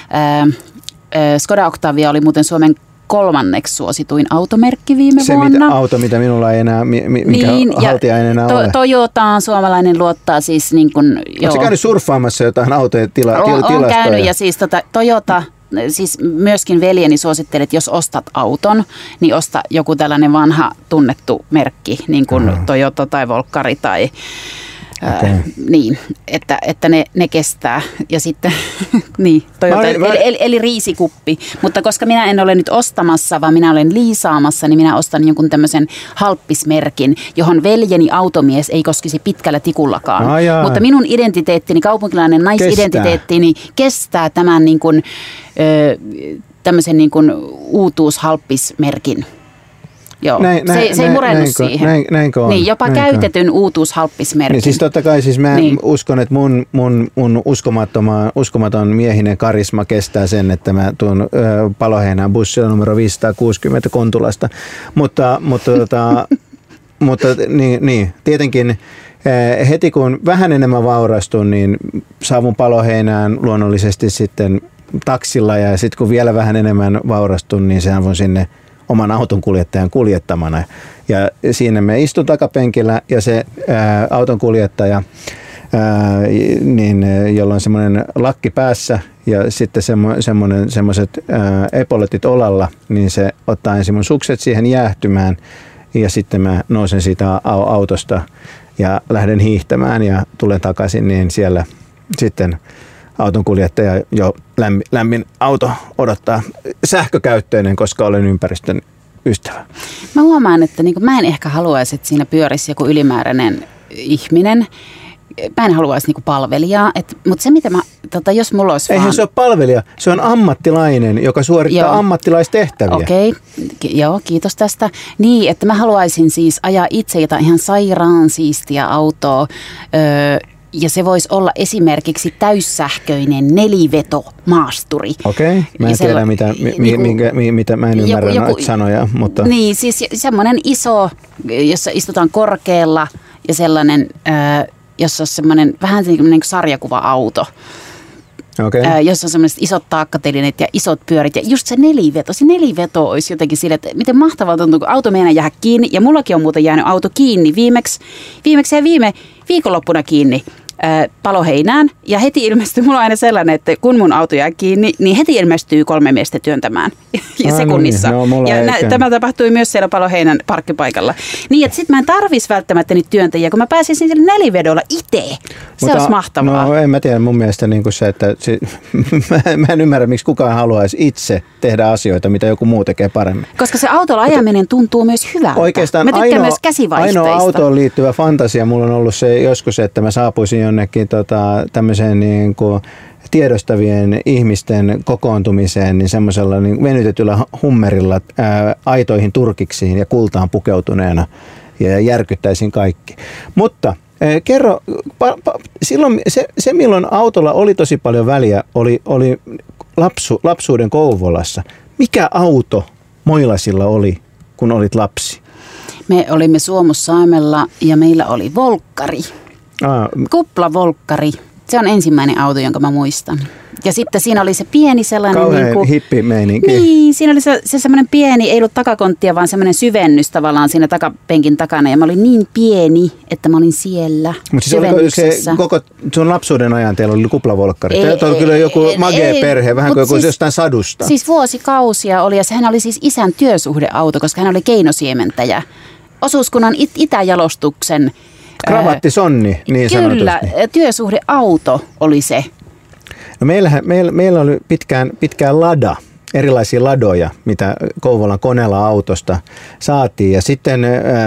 Skoda Octavia oli muuten Suomen 3. suosituin automerkki viime vuonna. Se auto, mitä minulla ei enää, minkä haltija ei enää ole. Toyotaan suomalainen luottaa siis niin kuin... Oletko sä käynyt surffaamassa jotain autojen tilastoja? On käynyt ja siis Toyota, siis myöskin veljeni suositteli, että jos ostat auton, niin osta joku tällainen vanha tunnettu merkki, niin kuin Toyota tai Volkkari tai... Okay. Niin, että ne kestää ja sitten niin, eli riisikuppi, mutta koska minä en ole nyt ostamassa, vaan minä olen liisaamassa, niin minä ostan jonkun tämmöisen halppismerkin, johon veljeni automies ei koskisi pitkällä tikullakaan. Mutta minun identiteettini, kaupunkilainen naisidentiteettini kestää tämän niin kuin, tämmöisen niin kuin uutuushalppismerkin. Joo, se ei murennu siihen. Näinkö on? Niin, jopa käytetyn uutuushalppismerkin. Niin siis totta kai siis mä uskon, että mun uskomaton miehinen karisma kestää sen, että mä tuun Paloheinään bussilla numero 560 Kontulasta. Mutta niin, tietenkin heti kun vähän enemmän vaurastun, niin saavun Paloheinään luonnollisesti sitten taksilla ja sitten kun vielä vähän enemmän vaurastun, niin sehän on sinne oman autonkuljettajan kuljettamana. Ja siinä me istun takapenkillä ja se autonkuljettaja, niin, jolla on semmoinen lakki päässä ja sitten semmoiset epolletit olalla, niin se ottaa ensin mun sukset siihen jäähtymään ja sitten mä nousen siitä autosta ja lähden hiihtämään ja tulen takaisin, niin siellä sitten autonkuljettaja jo lämmin auto odottaa sähkökäyttöinen, koska olen ympäristön ystävä. Mä huomaan, että mä en ehkä haluaisi, että siinä pyörisi joku ylimääräinen ihminen. Mä en haluaisi palvelijaa, mutta se mitä jos mulla olisi eihän se ole palvelija, se on ammattilainen, joka suorittaa ammattilaistehtäviä. Okei, joo, kiitos tästä. Niin, että mä haluaisin siis ajaa itse jotain ihan sairaan siistiä autoa, ja se voisi olla esimerkiksi täyssähköinen nelivetomaasturi. Okei, mä en tiedä mitä mä en ymmärrä noita sanoja. Mutta. Niin, siis semmoinen iso, jossa istutaan korkealla ja sellainen, jossa on semmoinen vähän niin kuin sarjakuva-auto. Okay. Jossa on semmoiset isot taakkatelineet ja isot pyörit. Ja just se neliveto olisi jotenkin sille, että miten mahtavaa tuntuu, kun auto meinaa jäädä kiinni. Ja mullakin on muuten jäänyt auto kiinni viimeksi ja viime viikonloppuna kiinni Paloheinään. Ja heti ilmestyy, mulla on aina sellainen, että kun mun auto jää kiinni, niin heti ilmestyy 3 miestä työntämään sekunnissa. Tämä tapahtui myös siellä Paloheinän parkkipaikalla. Niin, että sit mä en tarvitsisi välttämättä niitä työntäjiä, kun mä pääsisin sille nelivedolla itse. Se olisi mahtavaa. No en mä tiedä, mun mielestä niin kuin se, että mä en ymmärrä, miksi kukaan haluaisi itse tehdä asioita, mitä joku muu tekee paremmin. Koska se autolla ajaminen tuntuu myös hyvältä. Oikeastaan mä tykkään myös käsivaihteista. Ainoa autoon liittyvä fantasia mulla on ollut se joskus, että mä saapuisin jonnekin tämmöiseen niin kuin tiedostavien ihmisten kokoontumiseen niin semmoisella niin venytetyllä hummerilla aitoihin turkiksiin ja kultaan pukeutuneena ja järkyttäisin kaikki. Mutta kerro, silloin se milloin autolla oli tosi paljon väliä, oli lapsuuden Kouvolassa. Mikä auto Moilasilla oli, kun olit lapsi? Me olimme Suomussalmella ja meillä oli volkkari. Kuplavolkkari. Se on ensimmäinen auto, jonka mä muistan. Ja sitten siinä oli se pieni sellainen... Kauhean hippimeininki. Niin, siinä oli se semmoinen pieni, ei ollut takakonttia, vaan semmoinen syvennys tavallaan siinä takapenkin takana. Ja mä olin niin pieni, että mä olin siellä mutta siis oliko se koko sun lapsuuden ajan teillä oli kuplavolkkari? Teillä oli kyllä joku magee perhe, vähän kuin siis, jostain sadusta. Siis vuosikausia oli, ja sehän oli siis isän työsuhdeauto, koska hän oli keinosiementäjä. Osuuskunnan itäjalostuksen... Kravattisonni, niin sanotusti. Kyllä, työsuhdeauto oli se. No meillä oli pitkään lada, erilaisia ladoja, mitä Kouvolan Konela autosta saatiin. Ja sitten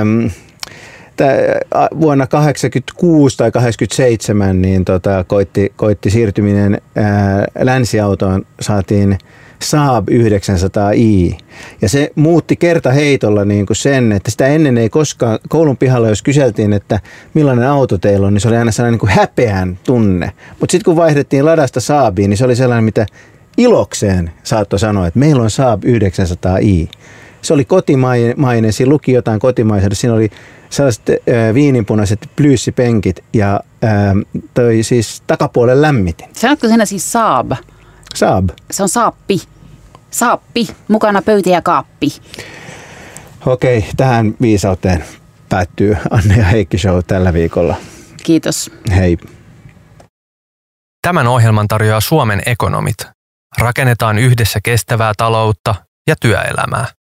vuonna 1986 tai 1987 niin koitti siirtyminen länsiautoon, saatiin Saab 900i. Ja se muutti kertaheitolla niin kuin sen, että sitä ennen ei koskaan koulun pihalla, jos kyseltiin, että millainen auto teillä on, niin se oli aina sellainen niin kuin häpeän tunne. Mutta sitten kun vaihdettiin ladasta Saabiin, niin se oli sellainen, mitä ilokseen saattoi sanoa, että meillä on Saab 900i. Se oli kotimainen, siinä luki jotain kotimaisuudesta, siinä oli sellaiset viininpunaiset plyyssipenkit ja toi siis takapuolen lämmitin. Sanotko siinä siis Saab? Saab. Se on saappi. Saappi, mukana pöytä ja kaappi. Okei, tähän viisauteen päättyy Anne ja Heikki Show tällä viikolla. Kiitos. Hei. Tämän ohjelman tarjoaa Suomen ekonomit. Rakennetaan yhdessä kestävää taloutta ja työelämää.